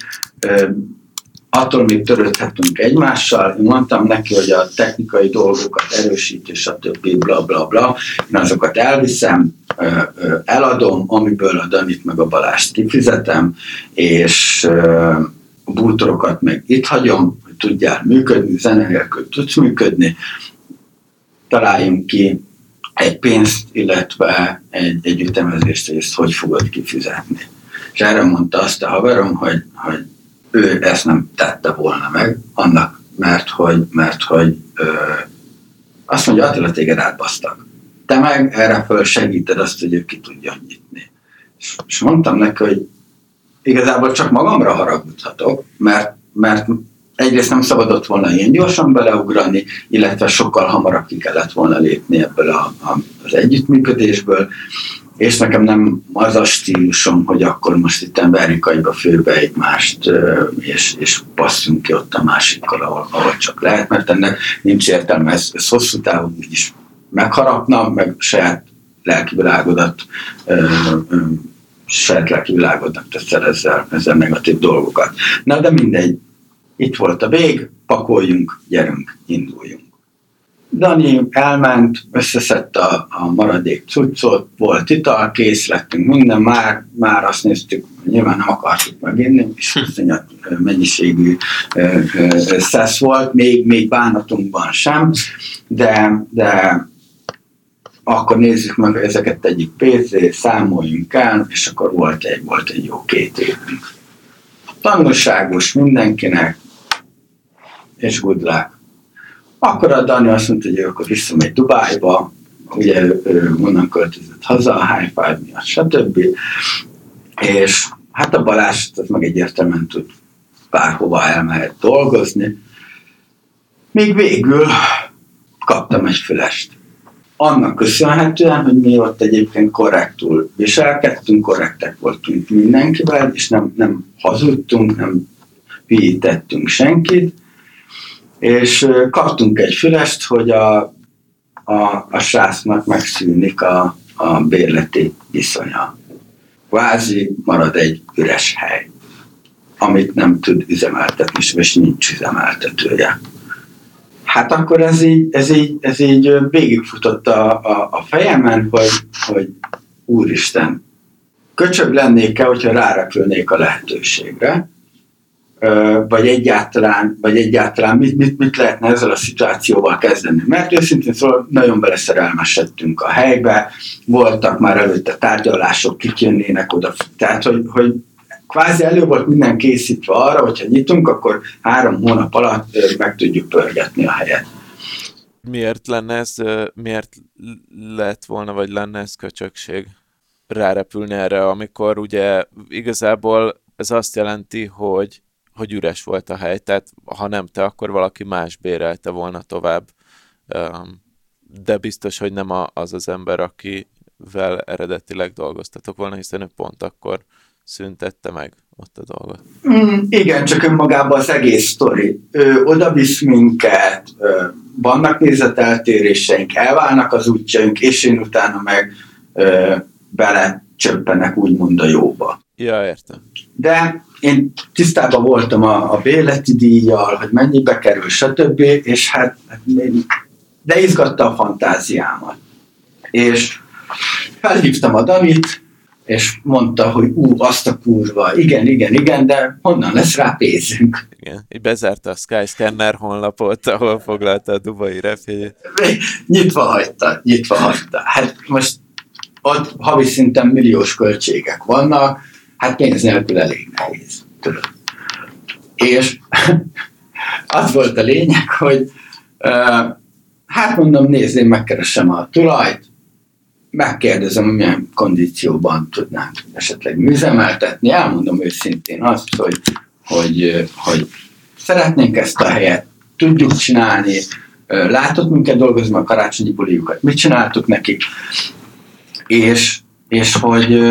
attól még törődhetünk egymással. Én mondtam neki, hogy a technikai dolgokat erősít, és a többi bla bla bla. Én azokat elviszem, eladom, amiből a Danit meg a Balást kifizetem, és a bútorokat meg itt hagyom, hogy tudjál működni, zene nélkül tudsz működni. Találjunk ki egy pénzt, illetve egy, egy ütemezést, hogy ezt hogy fogod kifizetni. És erre mondta azt a haverom, hogy, hogy ő ezt nem tette volna meg, annak, mert hogy, mert, hogy ö, azt mondja, Attila, téged átbasztak. Te meg erre föl segíted azt, hogy ő ki tudjon nyitni. És, és mondtam neki, hogy igazából csak magamra haragudhatok, mert, mert egyrészt nem szabadott volna ilyen gyorsan beleugrani, illetve sokkal hamarabb ki kellett volna lépni ebből a, a, az együttműködésből, és nekem nem az a stílusom, hogy akkor most itt verjük agyba főbe egymást, és, és passzunk ki ott a másikkal, ahol, ahol csak lehet, mert ennek nincs értelme, ez, ez hosszú távon úgyis megharapna, meg saját lelkivilágodat, saját lelkivilágodnak teszel ezzel, ezzel negatív dolgokat. Na, de mindegy. Itt volt a vég, pakoljunk, gyerünk, induljunk. Dani elment, összeszedte a, a maradék cuccot, volt ital, kész lettünk minden, már, már azt néztük, nyilván nem akartuk meginni, és viszonyat mennyiségű szesz volt, még, még bánatunkban sem, de, de akkor nézzük meg, ezeket tegyük pé cé, számoljunk el, és akkor volt egy, volt egy jó két évünk. Tanulságos mindenkinek, és good luck. Akkor a Dani azt mondta, hogy ő akkor visszamegy Dubájba, ugye ő, ő onnan költözött haza, a high five miatt, stb. És hát a Balázs az meg egyértelműen tud bárhova elmehet dolgozni. Még végül kaptam egy fülest. Annak köszönhetően, hogy mi ott egyébként korrektul viselkedtünk, korrektek voltunk mindenkivel, és nem, nem hazudtunk, nem hülyítettünk senkit, és kaptunk egy fülest, hogy a, a, a srácnak megszűnik a, a bérleti viszonya. Kvázi marad egy üres hely, amit nem tud üzemeltetni, és nincs üzemeltetője. Hát akkor ez így, ez így, ez így végigfutott a, a, a fejemen, hogy, hogy úristen, köcsög lennék-e, hogyha rárepülnék a lehetőségre, vagy egyáltalán, vagy egyáltalán mit, mit, mit lehetne ezzel a szituációval kezdeni. Mert őszintén szóval nagyon beleszerelmesedtünk a helybe, voltak már előtte tárgyalások, kik jönnének oda. Tehát, hogy, hogy kvázi elő volt minden készítve arra, hogyha nyitunk, akkor három hónap alatt meg tudjuk pörgetni a helyet. Miért lenne ez, miért lett volna, vagy lenne ez köcsökség rárepülni erre, amikor ugye igazából ez azt jelenti, hogy hogy üres volt a hely, tehát ha nem te, akkor valaki más bérelte volna tovább, de biztos, hogy nem az az ember, aki akivel eredetileg dolgoztatok volna, hiszen ő pont akkor szüntette meg ott a dolgot. Mm, igen, csak önmagában az egész sztori. Ő oda visz minket, ö, vannak nézeteltéréseink, elválnak az útjaink, és én utána meg ö, bele csöppenek úgymond a jóba. Ja, értem. De én tisztában voltam a, a bérleti díjjal, hogy mennyibe kerül, stb. És hát, hát de izgatta a fantáziámat. És felhívtam a Danit, és mondta, hogy ú, azt a kurva, igen, igen, igen, de honnan lesz rá pénzünk? Igen, így bezárta a Skyscanner honlapot, ahol foglalta a dubai repjegyet. Nyitva hagyta, nyitva hagyta. Hát most ott havi szinten milliós költségek vannak, hát pénz nélkül elég nehéz. Tudod. És az volt a lényeg, hogy uh, hát mondom, nézd, én megkeresem a tulajt, megkérdezem, milyen kondícióban tudnánk esetleg műzemeltetni, elmondom őszintén azt, hogy, hogy, hogy szeretnénk ezt a helyet, tudjuk csinálni, látott minket dolgozni a karácsonyi buliukat, mit csináltuk nekik, és, és hogy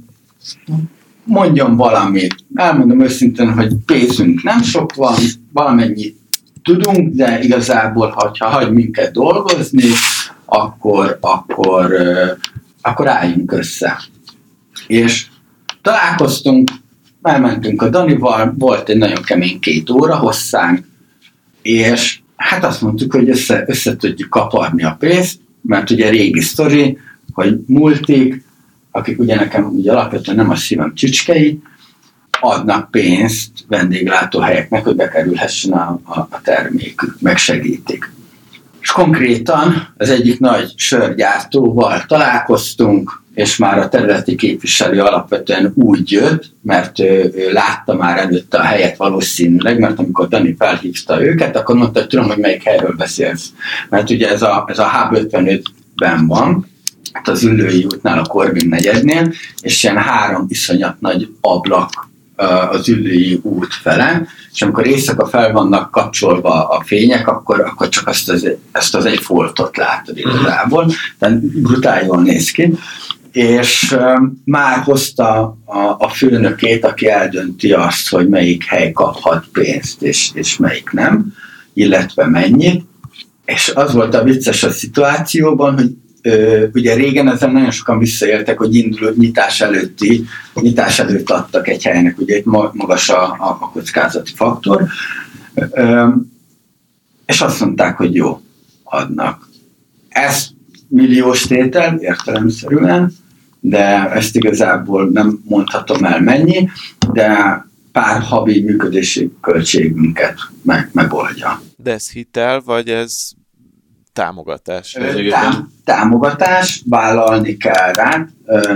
mondjon valamit, elmondom őszintén, hogy pénzünk nem sok van, valamennyit tudunk, de igazából, ha hagy minket dolgozni, akkor, akkor, akkor álljunk össze. És találkoztunk, elmentünk a Danival, volt egy nagyon kemény két óra hosszánk, és hát azt mondtuk, hogy össze, össze tudjuk kaparni a pénzt, mert ugye régi sztori, hogy multik, akik ugye nekem ugye alapvetően nem a szívem csücskei, adnak pénzt vendéglátóhelyeknek, hogy bekerülhessen a, a, a termékük, megsegítik. És konkrétan az egyik nagy sörgyártóval találkoztunk, és már a területi képviselő alapvetően úgy jött, mert ő, ő látta már előtte a helyet valószínűleg, mert amikor Dani felhívta őket, akkor mondta, hogy tudom, hogy melyik helyről beszélsz. Mert ugye ez a, ez a Hub ötvenötben van, hát az Üllői útnál, a Korvin negyednél, és ilyen három iszonyat nagy ablak az Üllői út fele, és amikor éjszaka fel vannak kapcsolva a fények, akkor, akkor csak azt az, ezt az egy foltot látod igazából, tehát brutál jól néz ki, és uh, már hozta a, a főnökét, aki eldönti azt, hogy melyik hely kaphat pénzt, és, és melyik nem, illetve mennyit, és az volt a vicces a szituációban, hogy Ö, ugye régen ezen nagyon sokan visszaéltek, hogy induló nyitás előtti, nyitás előtt adtak egy helynek, ugye itt magas a, a, a kockázati faktor, ö, és azt mondták, hogy jó, adnak. Ez milliós tétel, értelemszerűen, de ezt igazából nem mondhatom el mennyi, de pár havi működési költségünket meg, megoldja. De ez hitel, vagy ez támogatás? Tám- támogatás, vállalni kell rá,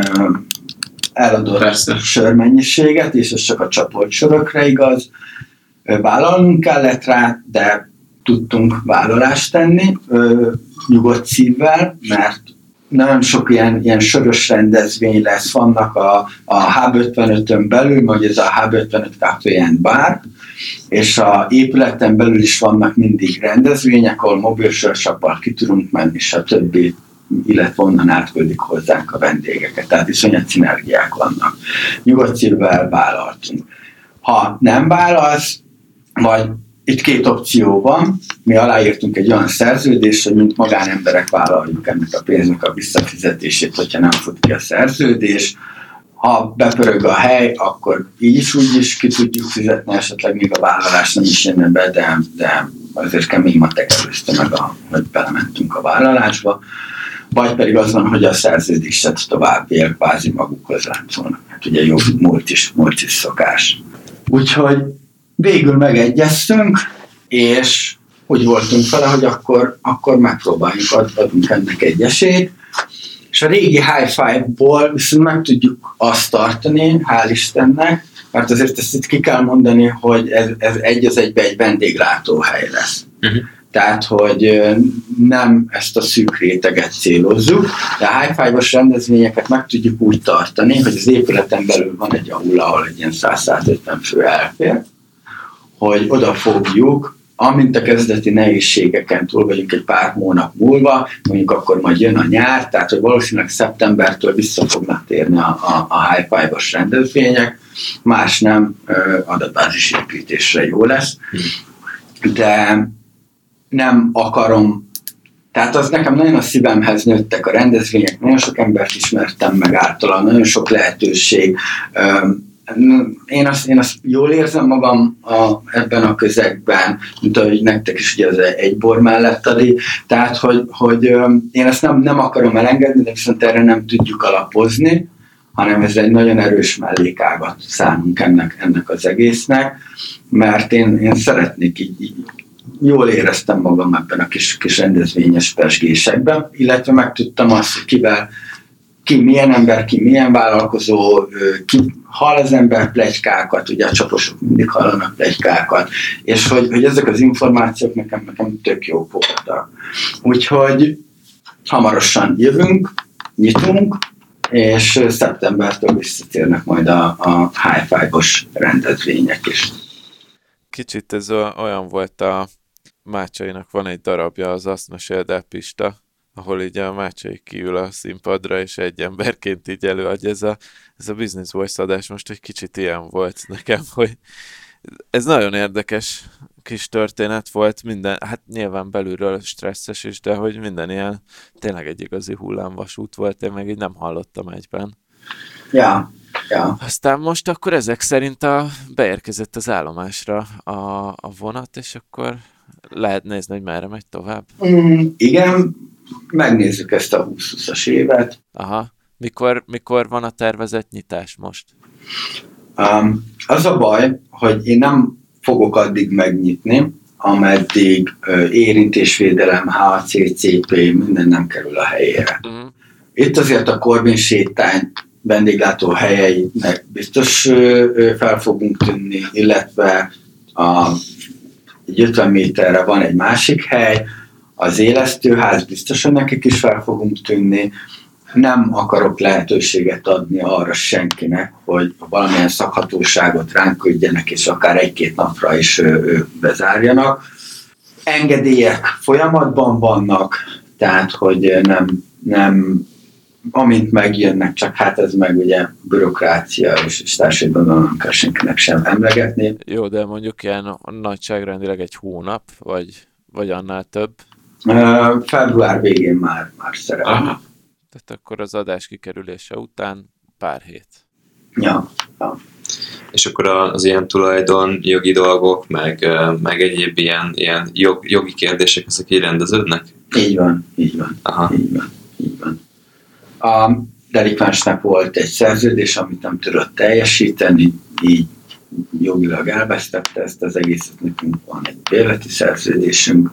eladott Persze. sörmennyiséget, és ez csak a csapolt sörökre igaz. Vállalnunk kellett rá, de tudtunk vállalást tenni, nyugodt szívvel, mert nagyon sok ilyen, ilyen sörös rendezvény lesz, vannak a, a Hub ötvenötön belül, vagy ez a Hub ötvenöt Café and Bar, és a épületen belül is vannak mindig rendezvények, ahol mobilsörsappal ki tudunk menni, stb., illetve onnan átküldik hozzánk a vendégeket. Tehát iszonyat szinergiák vannak. Nyugodt szívvel vállaltunk. Ha nem vállalsz, vagy itt két opció van, mi aláírtunk egy olyan szerződést, hogy mint magánemberek vállaljuk ennek a pénznek a visszafizetését, hogyha nem fut ki a szerződés. Ha bepörög a hely, akkor így is úgy is ki tudjuk fizetni, esetleg még a vállalás nem is jönne be, de, de azért kemény matek előzte meg, a, hogy belementünk a vállalásba. Vagy pedig az van, hogy a szerződéset továbbiak kvázi magukhoz láncolnak. Hát ugye jó múlt is, múlt is szokás. Úgyhogy végül megegyeztünk, és úgy voltunk vele, hogy akkor, akkor megpróbáljuk, ad, adunk ennek egy esélyt. És a régi High Five-ból viszont meg tudjuk azt tartani, hál' Istennek, mert azért ezt itt ki kell mondani, hogy ez, ez egy az egybe egy vendéglátóhely lesz. Uh-huh. Tehát, hogy nem ezt a szűk réteget célozzuk, de a High Five-os rendezvényeket meg tudjuk úgy tartani, hogy az épületen belül van egy aula, ahol egy ilyen száz-százötven fő elfér, hogy oda fogjuk amint a kezdeti nehézségeken túl vagyunk egy pár hónap múlva, mondjuk akkor majd jön a nyár, tehát hogy valószínűleg szeptembertől vissza fognak térni a, a, a high-five-os rendezvények, más nem, adatbázis építésre jó lesz, de nem akarom, tehát az nekem nagyon a szívemhez nőttek a rendezvények, nagyon sok embert ismertem meg általán, nagyon sok lehetőség. Én azt, én azt jól érzem magam a, ebben a közegben, mint ahogy nektek is ugye az egy bor mellett adi, tehát hogy, hogy én ezt nem, nem akarom elengedni, de viszont erre nem tudjuk alapozni, hanem ez egy nagyon erős mellékágat szánunk ennek, ennek az egésznek, mert én, én szeretnék így, így jól éreztem magam ebben a kis, kis rendezvényes pesgésekben, illetve megtudtam azt, hogy kivel, ki milyen ember, ki milyen vállalkozó, ki hall az ember pletykákat, ugye a csaposok mindig hallanak pletykákat, és hogy, hogy ezek az információk nekem, nekem tök jók voltak. Úgyhogy hamarosan jövünk, nyitunk, és szeptembertől visszatérnek majd a, a high-five-os rendezvények is. Kicsit ez olyan volt, a Mácsainak van egy darabja, az Azt meséld el, Pista, ahol így a Mácsai kiül a színpadra, és egy emberként így előadja. Ez a, ez a Business Voice adás most egy kicsit ilyen volt nekem, hogy ez nagyon érdekes kis történet volt, minden, hát nyilván belülről stresszes is, de hogy minden ilyen tényleg egy igazi hullámvasút volt, én meg így nem hallottam egyben. Ja, ja. Aztán most akkor ezek szerint a, beérkezett az állomásra a, a vonat, és akkor lehet nézni, hogy merre megy tovább. Mm, igen, megnézzük ezt a húsz-húszas évet. Aha. Mikor, mikor van a tervezett nyitás most? Um, az a baj, hogy én nem fogok addig megnyitni, ameddig uh, érintésvédelem, há cé cé pé, minden nem kerül a helyére. Uh-huh. Itt azért a Corbin sétány vendéglátó helyeinek biztos uh, fel fogunk tűnni, illetve a, egy ötven méterre van egy másik hely, az élesztőház, biztosan nekik is fel fogunk tűnni. Nem akarok lehetőséget adni arra senkinek, hogy valamilyen szakhatóságot ránk küldjenek, és akár egy-két napra is bezárjanak. Engedélyek folyamatban vannak, tehát hogy nem, nem amint megjönnek, csak hát ez meg ugye bürokrácia, és, és társadalomban nem kell senkinek sem emlegetni. Jó, de mondjuk ilyen nagyságrendileg egy hónap, vagy, vagy annál több? Uh, február végén már, már szeretném. Tehát akkor az adás kikerülése után pár hét. Ja, ja. És akkor az ilyen tulajdon, jogi dolgok, meg, meg egyéb ilyen, ilyen jog, jogi kérdések, ezek így rendeződnek? Így van, így van. Aha. Így van, így van. A delikvensnek volt egy szerződés, amit nem tudott teljesíteni, így jogilag elvesztette ezt az egészet, nekünk van egy bérleti szerződésünk,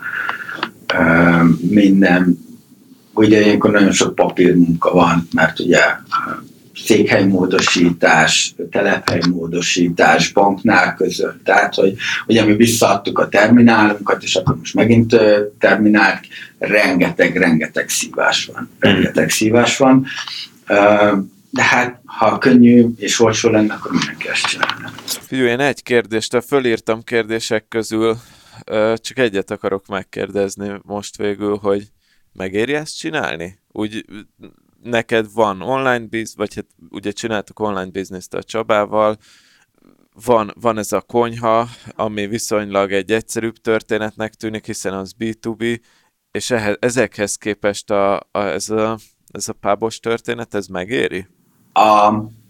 minden, ugye ilyenkor nagyon sok papírmunka van, mert ugye székhelymódosítás, telephelymódosítás, banknál között, tehát, hogy ugye mi visszaadtuk a terminálunkat, és akkor most megint terminált, rengeteg, rengeteg szívás van, rengeteg szívás van, de hát, ha könnyű és olcsó lenne, akkor mindenki ezt csinálna. Figyelj, én egy kérdést, fölírtam kérdések közül, csak egyet akarok megkérdezni most végül, hogy megéri ezt csinálni? Úgy neked van online business, vagy hát ugye csináltuk online business-t a Csabával, van, van ez a konyha, ami viszonylag egy egyszerűbb történetnek tűnik, hiszen az bé kettő bé, és ehhez, ezekhez képest a, a, ez, a, ez a pubos történet, ez megéri? A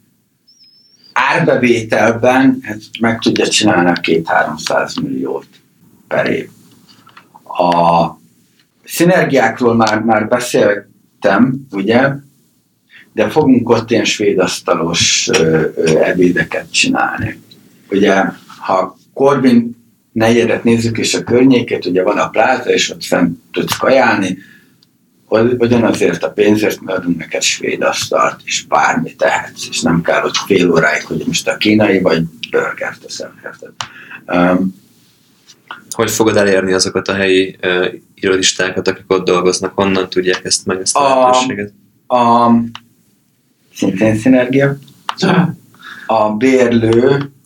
árbevételben meg tudja csinálni a két-háromszáz milliót per év. A szinergiákról már, már beszéltem, ugye, de fogunk ott ilyen svédasztalos ebédeket csinálni. Ugye, ha Corbin negyedet nézzük, és a környékét, ugye van a pláza, és ott fent tudsz kajálni, ugyanazért a pénzért mi adunk neked svédasztalt, és bármit tehetsz, és nem kell ott fél óráig, hogy most a kínai vagy burgert teszem. Um, Hogy fogod elérni azokat a helyi uh, irodistákat, akik ott dolgoznak? Honnan tudják ezt meg, ezt a lehetőséget? A, a szintén szinergia. A bérlő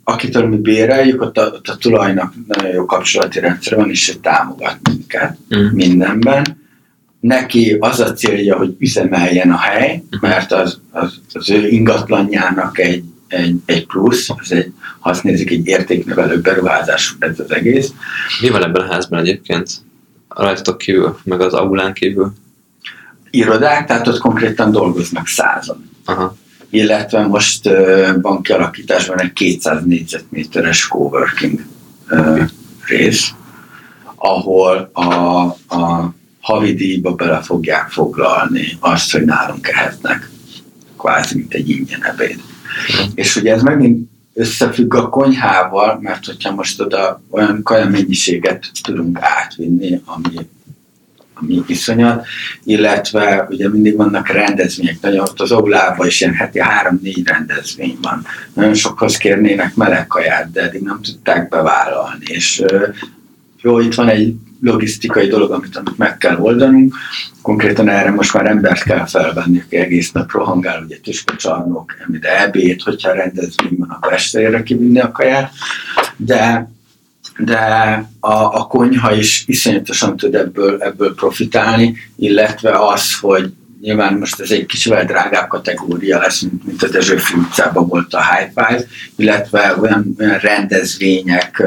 akitől mi béreljük, ott a, ott a tulajnak nagyon jó kapcsolati rendszer van, és ő támogat minket mm. mindenben. Neki az a célja, hogy üzemeljen a hely, mert az, az, az ő ingatlanjának egy, egy, egy plusz, az egy, ha azt nézik, egy értéknövelő beruházás ez az egész. Mi van ebben a házban egyébként? Rajtatok kívül, meg az aulán kívül? Irodák, tehát ott konkrétan dolgoznak százan. Aha. Illetve most uh, van kialakításban egy kétszáz négyzetméteres coworking uh, rész, ahol a, a havidíjba bele fogják foglalni azt, hogy nálunk ehetnek, kvázi mint egy ingyen ebéd. Mm. És ugye ez megint összefügg a konyhával, mert hogyha most oda olyan kajamennyiséget tudunk átvinni, ami, ami iszonyat, illetve ugye mindig vannak rendezvények, nagyon ott az aulában is ilyen heti három-négy rendezvény van. Nagyon sokhoz kérnének meleg kaját, de eddig nem tudták bevállalni. És jó, itt van egy logisztikai dolog, amit, amit meg kell oldanunk. Konkrétan erre most már embert kell felvenni, aki egész nap rohangál, ugye tüskacsarnok, de ebéd, hogyha rendezvény van, akkor estére kivinni a kaját. De, de a, a konyha is iszonyatosan tud ebből, ebből profitálni, illetve az, hogy nyilván most ez egy kicsivel drágább kategória lesz, mint, mint a Dezsőfi utcában volt a High Five, illetve olyan, olyan rendezvények,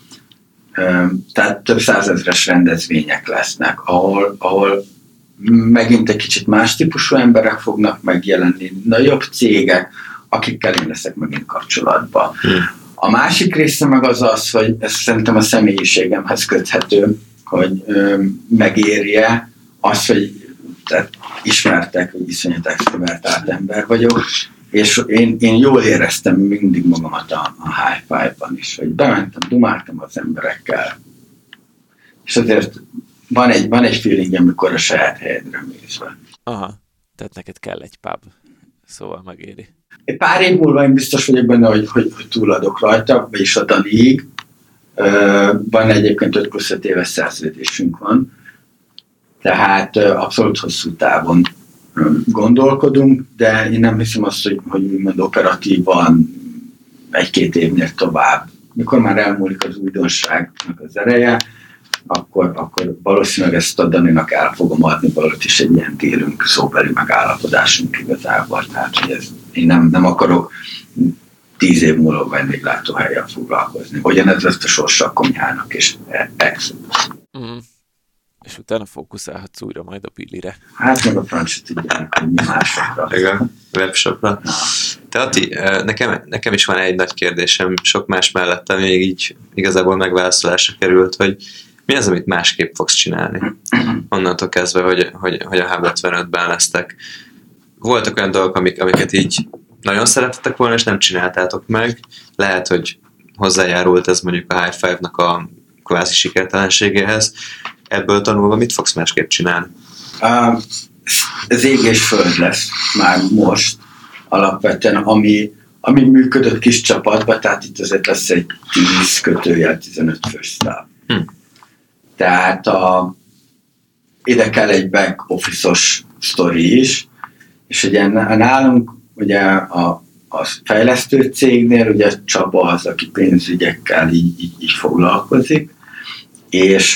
tehát több százezres rendezvények lesznek, ahol, ahol megint egy kicsit más típusú emberek fognak megjelenni, nagyobb cégek, akikkel én leszek megint kapcsolatban. Hmm. A másik része meg az az, hogy ez szerintem a személyiségemhez köthető, hogy ö, megérje az, hogy tehát ismertek, hogy iszonyat extrovertált ember vagyok, és én, én jól éreztem mindig magamat a, a High Five-ban is, hogy bementem, dumáltam az emberekkel. És azért van egy, van egy feeling, amikor a saját helyedre mész be. Aha, tehát neked kell egy pub, szóval megéri. Egy pár év múlva én biztos vagyok benne, hogy, hogy, hogy túladok rajta, vagyis a Daniig. Van egyébként öt plusz öt éves szerződésünk van, tehát abszolút hosszú távon gondolkodunk, de én nem hiszem azt, hogy, hogy úgymond operatívan egy-két évnél tovább. Mikor már elmúlik az újdonságnak az ereje, akkor, akkor valószínűleg ezt a Daninak el fogom adni, valahogy is egy ilyen térünk, szóbeli megállapodásunk igazából. Tehát, hogy ez, én nem, nem akarok tíz év múlva vendéglátóhelyen foglalkozni. Ugyanez lesz a sorsa a konyhának, és ex. Mm. És utána fókuszálhatsz újra majd a Billire. Hát meg a francia tudják, hogy másokra. Igen, webshopra. Te Ati, nekem, nekem is van egy nagy kérdésem, sok más mellettem még így igazából megválaszolásra került, hogy mi az, amit másképp fogsz csinálni? Onnantól kezdve, hogy, hogy, hogy a Hub ötvenötben lesztek. Voltak olyan dolgok, amik, amiket így nagyon szeretettek volna, és nem csináltátok meg. Lehet, hogy hozzájárult ez mondjuk a High Five-nak a kvázi sikertelenségéhez. Ebből tanulva mit fogsz másképp csinálni? Uh, ez ég és föld lesz már most alapvetően, ami, ami működött kis csapatban, tehát itt azért lesz egy tíz kötőjel tizenöt fős staff. Hm. Tehát a, ide kell egy back office-os sztori is, és ugye nálunk ugye a, a fejlesztő cégnél ugye Csaba az, aki pénzügyekkel így, így, így foglalkozik, és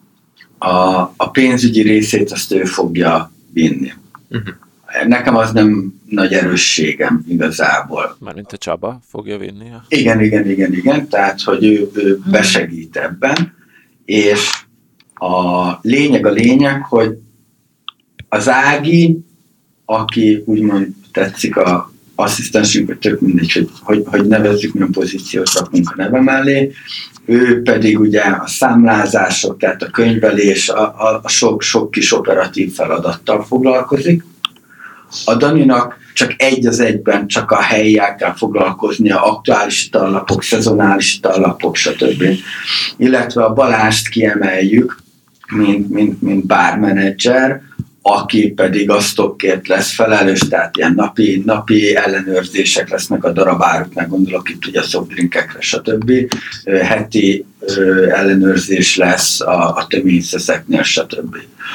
A, a pénzügyi részét azt ő fogja vinni. Uh-huh. Nekem az nem nagy erősségem igazából. Mármint a Csaba fogja vinni? A... Igen, igen, igen, igen, tehát, hogy ő, ő besegít ebben, és a lényeg a lényeg, hogy az Ági, aki úgymond tetszik a asszisztensünk, vagy tök mindegy, hogy, hogy, hogy nevezzük, milyen pozíciót rakunk a neve mellé, ő pedig ugye a számlázások, tehát a könyvelés, a, a, a sok, sok kis operatív feladattal foglalkozik. A Daninak csak egy az egyben csak a helyjel kell foglalkoznia, aktuális italapok, szezonális italapok, stb. Illetve a Balást kiemeljük, mint, mint, mint bármenedzser, aki pedig a stockért lesz felelős, tehát ilyen napi, napi ellenőrzések lesznek a darabáruknál, gondolok itt ugye a softdrinkekre, stb. Heti ellenőrzés lesz a, a töményszeszeknél, stb.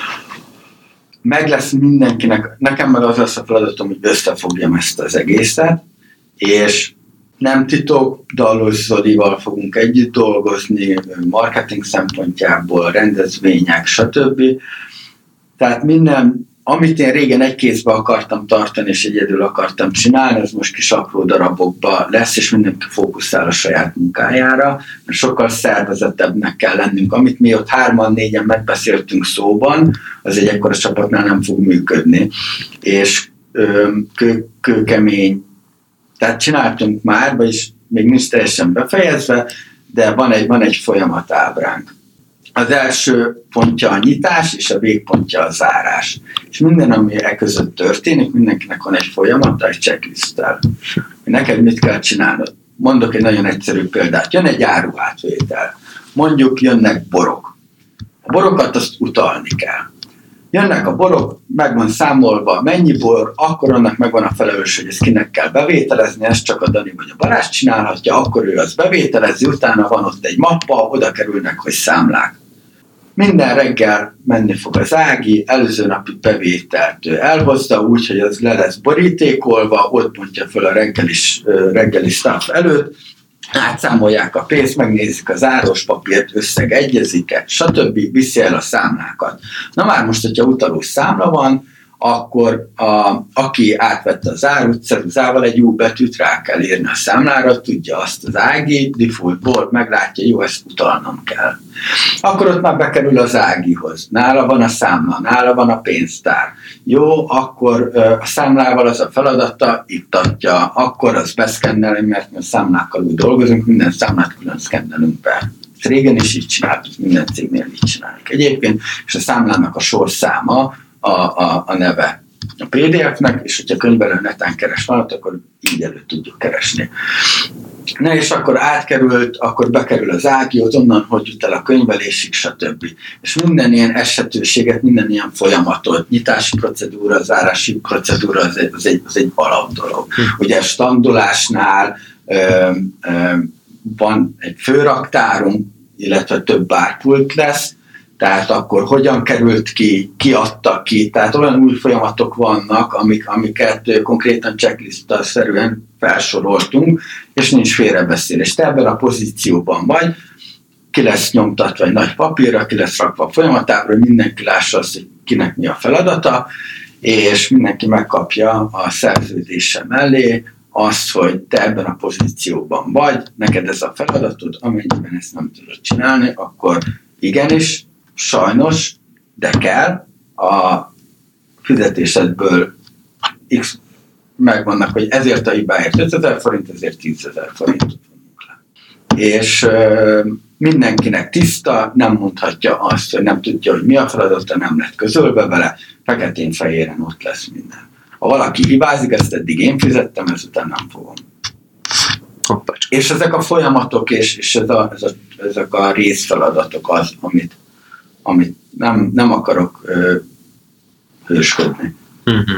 Meg lesz mindenkinek, nekem meg az lesz a feladatom, hogy összefogjam ezt az egészet, és nem titok, Dallos Zolival fogunk együtt dolgozni, marketing szempontjából, rendezvények, stb. Tehát minden, amit én régen egy kézbe akartam tartani, és egyedül akartam csinálni, az most kis apró darabokba lesz, és mindenki fókuszál a saját munkájára, mert sokkal szervezettebbnek kell lennünk. Amit mi ott hárman, négyen megbeszéltünk szóban, az egy ekkora csapatnál nem fog működni. És kő, kőkemény, tehát csináltunk már, vagyis még nincs teljesen befejezve, de van egy, van egy folyamatábránk. Az első pontja a nyitás, és a végpontja a zárás. És minden, ami e között történik, mindenkinek van egy folyamata, egy checklisttel. Neked mit kell csinálnod? Mondok egy nagyon egyszerű példát. Jön egy áruátvétel. Mondjuk jönnek borok. A borokat azt utalni kell. Jönnek a borok, meg van számolva mennyi bor, akkor annak megvan a felelős, hogy ezt kinek kell bevételezni, ezt csak a Dani vagy a Balázs csinálhatja, akkor ő azt bevételezi, utána van ott egy mappa, oda kerülnek, hogy számlák. Minden reggel menni fog az Ági, előző napi bevételt elhozza úgy, hogy az le lesz borítékolva, ott mondja föl a reggelis, reggeli staff előtt, átszámolják a pénzt, megnézik az áros papírt, összeg egyezik-e, stb. Viszi el a számlákat. Na már most, hogyha utalós számla van, akkor a, aki átvette az árut, ceruzával egy U betűt rá kell írni a számlára, tudja azt az Ági, defaultból meglátja, jó, ezt utalnom kell. Akkor ott már bekerül az Ágihoz. Nála van a számla, nála van a pénztár. Jó, akkor a számlával az a feladata, iktatja, akkor az beszkenneli, mert mi a számlákkal úgy dolgozunk, minden számlát külön szkennelünk be. Régen is így csináltuk, minden cégnél így csináljuk. Egyébként, és a számlának a sorszáma, A, a, a neve a pé dé ef-nek, és hogyha könyvelő netán keres valamit, akkor így előtt tudjuk keresni. Na és akkor átkerült, akkor bekerül az Ágihoz, onnan hogy jut el a könyvelésig, stb. És minden ilyen esetőséget, minden ilyen folyamatot, nyitási procedúra, zárási procedúra, az egy, az egy, az egy alap dolog. Hm. Ugye standolásnál ö, ö, van egy főraktárunk, illetve több bárpult lesz, tehát akkor hogyan került ki, ki adta ki, tehát olyan új folyamatok vannak, amik, amiket konkrétan checklist-szerűen felsoroltunk, és nincs félrebeszélés. Te ebben a pozícióban vagy, ki lesz nyomtatva egy nagy papírra, ki lesz rakva a folyamatábra, hogy mindenki lássa azt, hogy kinek mi a feladata, és mindenki megkapja a szerződése mellé azt, hogy te ebben a pozícióban vagy, neked ez a feladatod, amennyiben ezt nem tudod csinálni, akkor igenis, sajnos, de kell, a fizetésedből X megvannak, hogy ezért a hibáért ötezer forint, ezért tízezer forintot vonunk le. És ö, mindenkinek tiszta, nem mondhatja azt, hogy nem tudja, hogy mi a feladata, nem lett közölve vele, feketén-fehéren ott lesz minden. Ha valaki hibázik, ezt eddig én fizettem, ezután nem fogom. Hoppá. És ezek a folyamatok, és, és ez a, ez a, ezek a részfeladatok az, amit amit nem, nem akarok ö, hősködni. Uh-huh.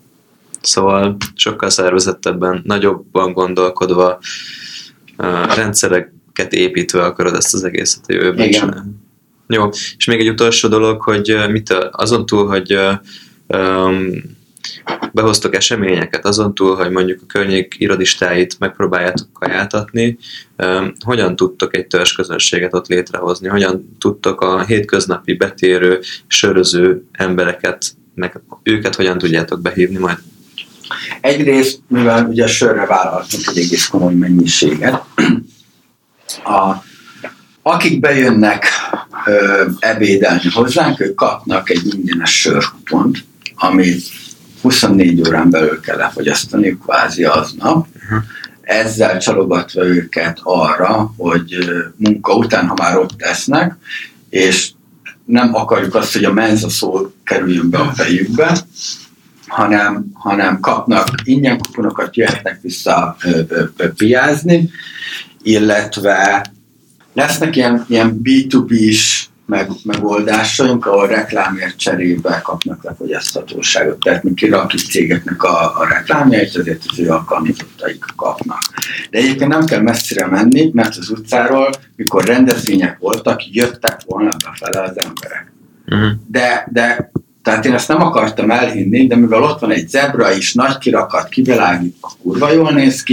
Szóval sokkal szervezettebben, nagyobban gondolkodva, uh, rendszereket építve akarod ezt az egészet a jövőben csinálni. Jó, és még egy utolsó dolog, hogy uh, mit azon túl, hogy uh, um, behoztok eseményeket, azon túl, hogy mondjuk a környék irodistáit megpróbáljátok kajáltatni, um, hogyan tudtok egy törzsközönséget ott létrehozni, hogyan tudtok a hétköznapi betérő, söröző embereket, meg őket hogyan tudjátok behívni majd? Egyrészt, mivel ugye sörre vállaltunk egy egész komoly mennyiséget, a, akik bejönnek ö, ebédelni hozzánk, ők kapnak egy ingyenes sörkupont, amit huszonnégy órán belül kell lefogyasztani, kvázi aznap. Uh-huh. Ezzel csalogatva őket arra, hogy munka után, ha már ott tesznek, és nem akarjuk azt, hogy a menza szó kerüljön be a fejükbe, hanem, hanem kapnak ingyen kuponokat, jöhetnek vissza ö, ö, ö, piázni, illetve lesznek ilyen, ilyen bé kettő bé-s meg, megoldásaink, ahol reklámért cserébe kapnak lefogyaszthatóságot. Tehát mi kirakjuk cégeknek a, a reklámjait, azért az ő alkalmazottaik kapnak. De egyébként nem kell messzire menni, mert az utcáról, mikor rendezvények voltak, jöttek volna befele az emberek. Uh-huh. De, de tehát én ezt nem akartam elhinni, de mivel ott van egy zebra is, nagy kirakat, kivilágít, a kurva jól néz ki,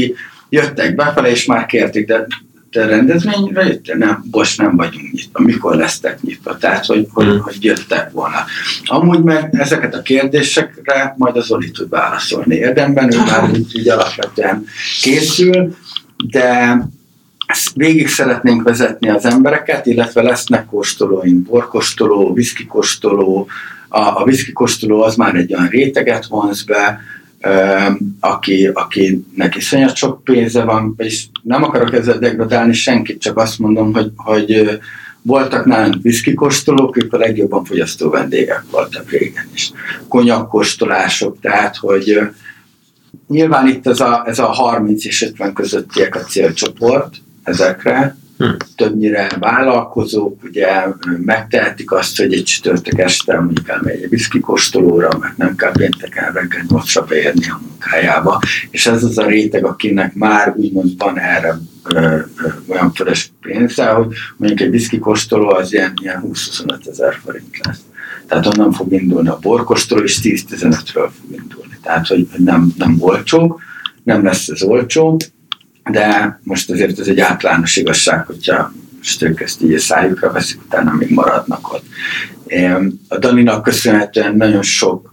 jöttek befele, és már kérték, de te rendezvényre jöttél? Nem, most nem vagyunk nyitva. Mikor lesztek nyitva? Tehát, hogy, hogy, mm. hogy jöttek volna. Amúgy meg ezeket a kérdésekre majd az Zoli tud válaszolni érdemben, ő már úgy, úgy alapvetően készül, de végig szeretnénk vezetni az embereket, illetve lesznek kóstolóink, borkóstoló, viszkikóstoló. A, a viszkikóstoló az már egy olyan réteget vonz be, aki, akinek iszonyat sok pénze van, és nem akarok ezzel degradálni senkit, csak azt mondom, hogy, hogy voltak nálunk viszkikóstolók, ők a legjobban fogyasztó vendégek voltak régen is. Konyakkóstolások, tehát, hogy nyilván itt ez a, ez a harminc és ötven közöttiek a célcsoport ezekre, Hmm. többnyire vállalkozók, ugye megtehetik azt, hogy egy csütörtök este mondjuk elmegy egy viszkikóstolóra, mert nem kell pénteken reggel nyolcra beérni a munkájába, és ez az a réteg, akinek már úgymond van erre ö, ö, olyan fölös pénze, hogy mondjuk egy viszkikóstoló az ilyen, ilyen húsz-huszonöt ezer forint lesz. Tehát onnan fog indulni a borkóstoló, és tíz-tizenötről fog indulni. Tehát, hogy nem, nem olcsó, nem lesz ez olcsó, de most azért ez egy általános igazság, hogyha most ők ezt így a szájukra veszik, utána még maradnak ott. A Daninak köszönhetően nagyon sok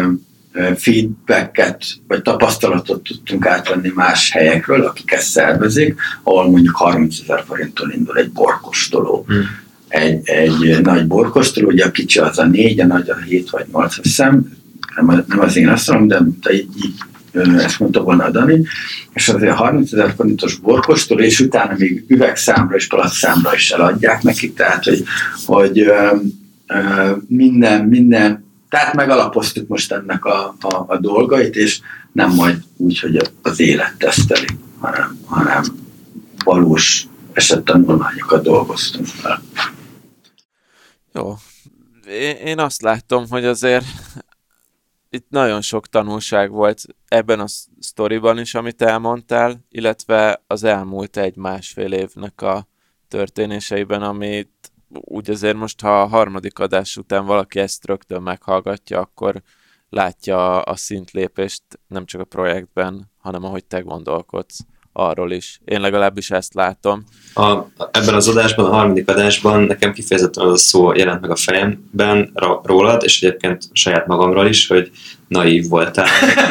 feedbacket vagy tapasztalatot tudtunk átvenni más helyekről, akik ezt szervezik, ahol mondjuk harmincezer forinttól indul egy borkóstoló. Hmm. Egy, egy nagy borkóstoló, ugye a kicsi az a négy, a nagy a hét vagy nyolc, hiszem, nem, nem az én asztalom, de, de így, így ezt mondta volna a Dani, és azért harmincezer forintos borkóstoló, és utána még üvegszámra és palacszámra is eladják nekik, tehát, hogy, hogy ö, ö, minden, minden, tehát megalapoztuk most ennek a, a, a dolgait, és nem majd úgy, hogy az élet teszteli, hanem, hanem valós esettanulmányokat dolgoztunk fel. Jó. Én azt látom, hogy azért itt nagyon sok tanulság volt ebben a sztoriban is, amit elmondtál, illetve az elmúlt egy-másfél évnek a történéseiben, amit úgy azért most, ha a harmadik adás után valaki ezt rögtön meghallgatja, akkor látja a szintlépést nem csak a projektben, hanem ahogy te gondolkodsz arról is. Én legalábbis ezt látom. A, ebben az adásban, a harmadik adásban nekem kifejezetten az a szó jelent meg a fejemben rólad, és egyébként saját magamról is, hogy naív voltál.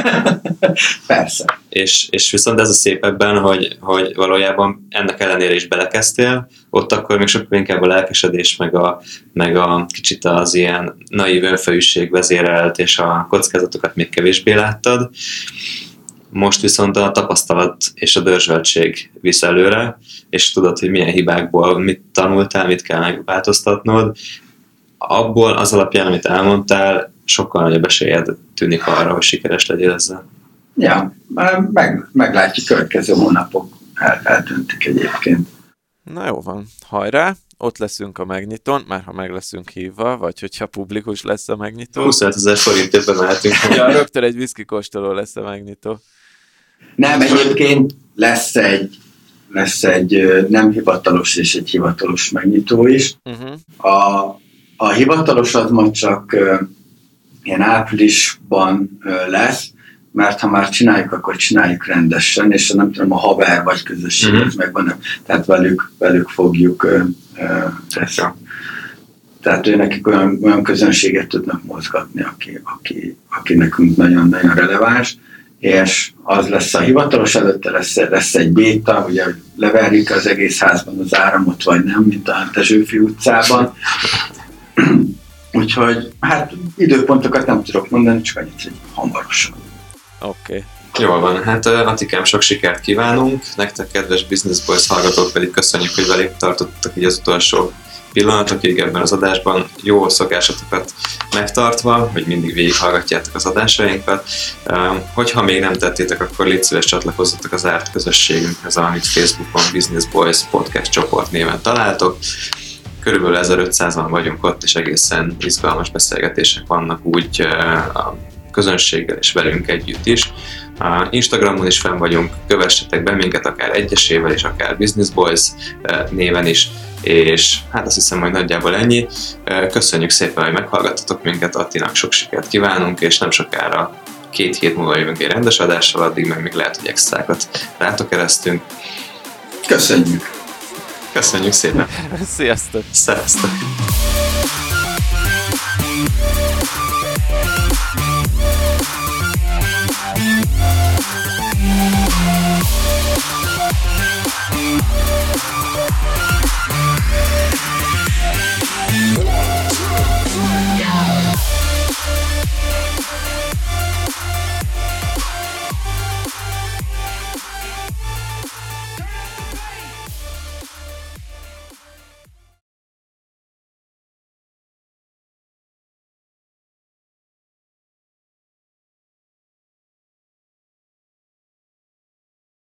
Persze. És, és viszont ez a szép ebben, hogy, hogy valójában ennek ellenére is belekezdtél, ott akkor még sokkal inkább a lelkesedés, meg a, meg a kicsit az ilyen naív önfejűség vezérelt, és a kockázatokat még kevésbé láttad. Most viszont a tapasztalat és a dörzsöltség visz előre, és tudod, hogy milyen hibákból mit tanultál, mit kell megváltoztatnod. Abból az alapján, amit elmondtál, sokkal nagyobb esélyed tűnik arra, hogy sikeres legyél ezzel. Ja, meg, meglátjuk, következő hónapok el, eldöntik egyébként. Na jó van, hajrá! Ott leszünk a megnyitón, már ha meg leszünk hívva, vagy hogyha publikus lesz a megnyitó. huszonötezer forintért bemehetünk. Ja, rögtön egy viszkikóstoló lesz a megnyitó. Nem, egyébként lesz egy, lesz egy nem hivatalos és egy hivatalos megnyitó is. Uh-huh. A, a hivatalos az majd csak uh, ilyen áprilisban uh, lesz, mert ha már csináljuk, akkor csináljuk rendesen, és nem tudom, a haver vagy közösség uh-huh. az megvan, tehát velük, velük fogjuk uh, uh, ezt. Tehát ő nekik olyan, olyan közönséget tudnak mozgatni, aki, aki, aki nekünk nagyon-nagyon releváns, és az lesz a hivatalos, előtte lesz, lesz egy béta, ugye, hogy leverjük az egész házban az áramot, vagy nem, mint a Dezsőfi utcában. Úgyhogy, hát időpontokat nem tudok mondani, csak annyit, hogy hamarosan. Oké. Okay. Jól van, hát Atikám, sok sikert kívánunk, nektek kedves Business Boys hallgatók pedig köszönjük, hogy velünk tartottak így az utolsó pillanatokig ebben az adásban, jó szokásokat megtartva, hogy mindig végighallgatjátok az adásainkat. Hogyha még nem tettétek, akkor légy szíves csatlakozzatok az árt közösségünkhez, amit Facebookon Business Boys Podcast csoport néven találtok. Körülbelül ezerötszázan vagyunk ott, és egészen izgalmas beszélgetések vannak úgy a közönséggel és velünk együtt is. Instagramon is fenn vagyunk, kövessetek be minket akár egyesével és akár Business Boys néven is, és hát azt hiszem, hogy nagyjából ennyi. Köszönjük szépen, hogy meghallgattatok minket, Attinak sok sikert kívánunk, és nem sokára két hét múlva jövünk egy rendes adással, addig meg még lehet, hogy extrákat rátok keresztünk. Köszönjük! Köszönjük szépen! Sziasztok! Sziasztok!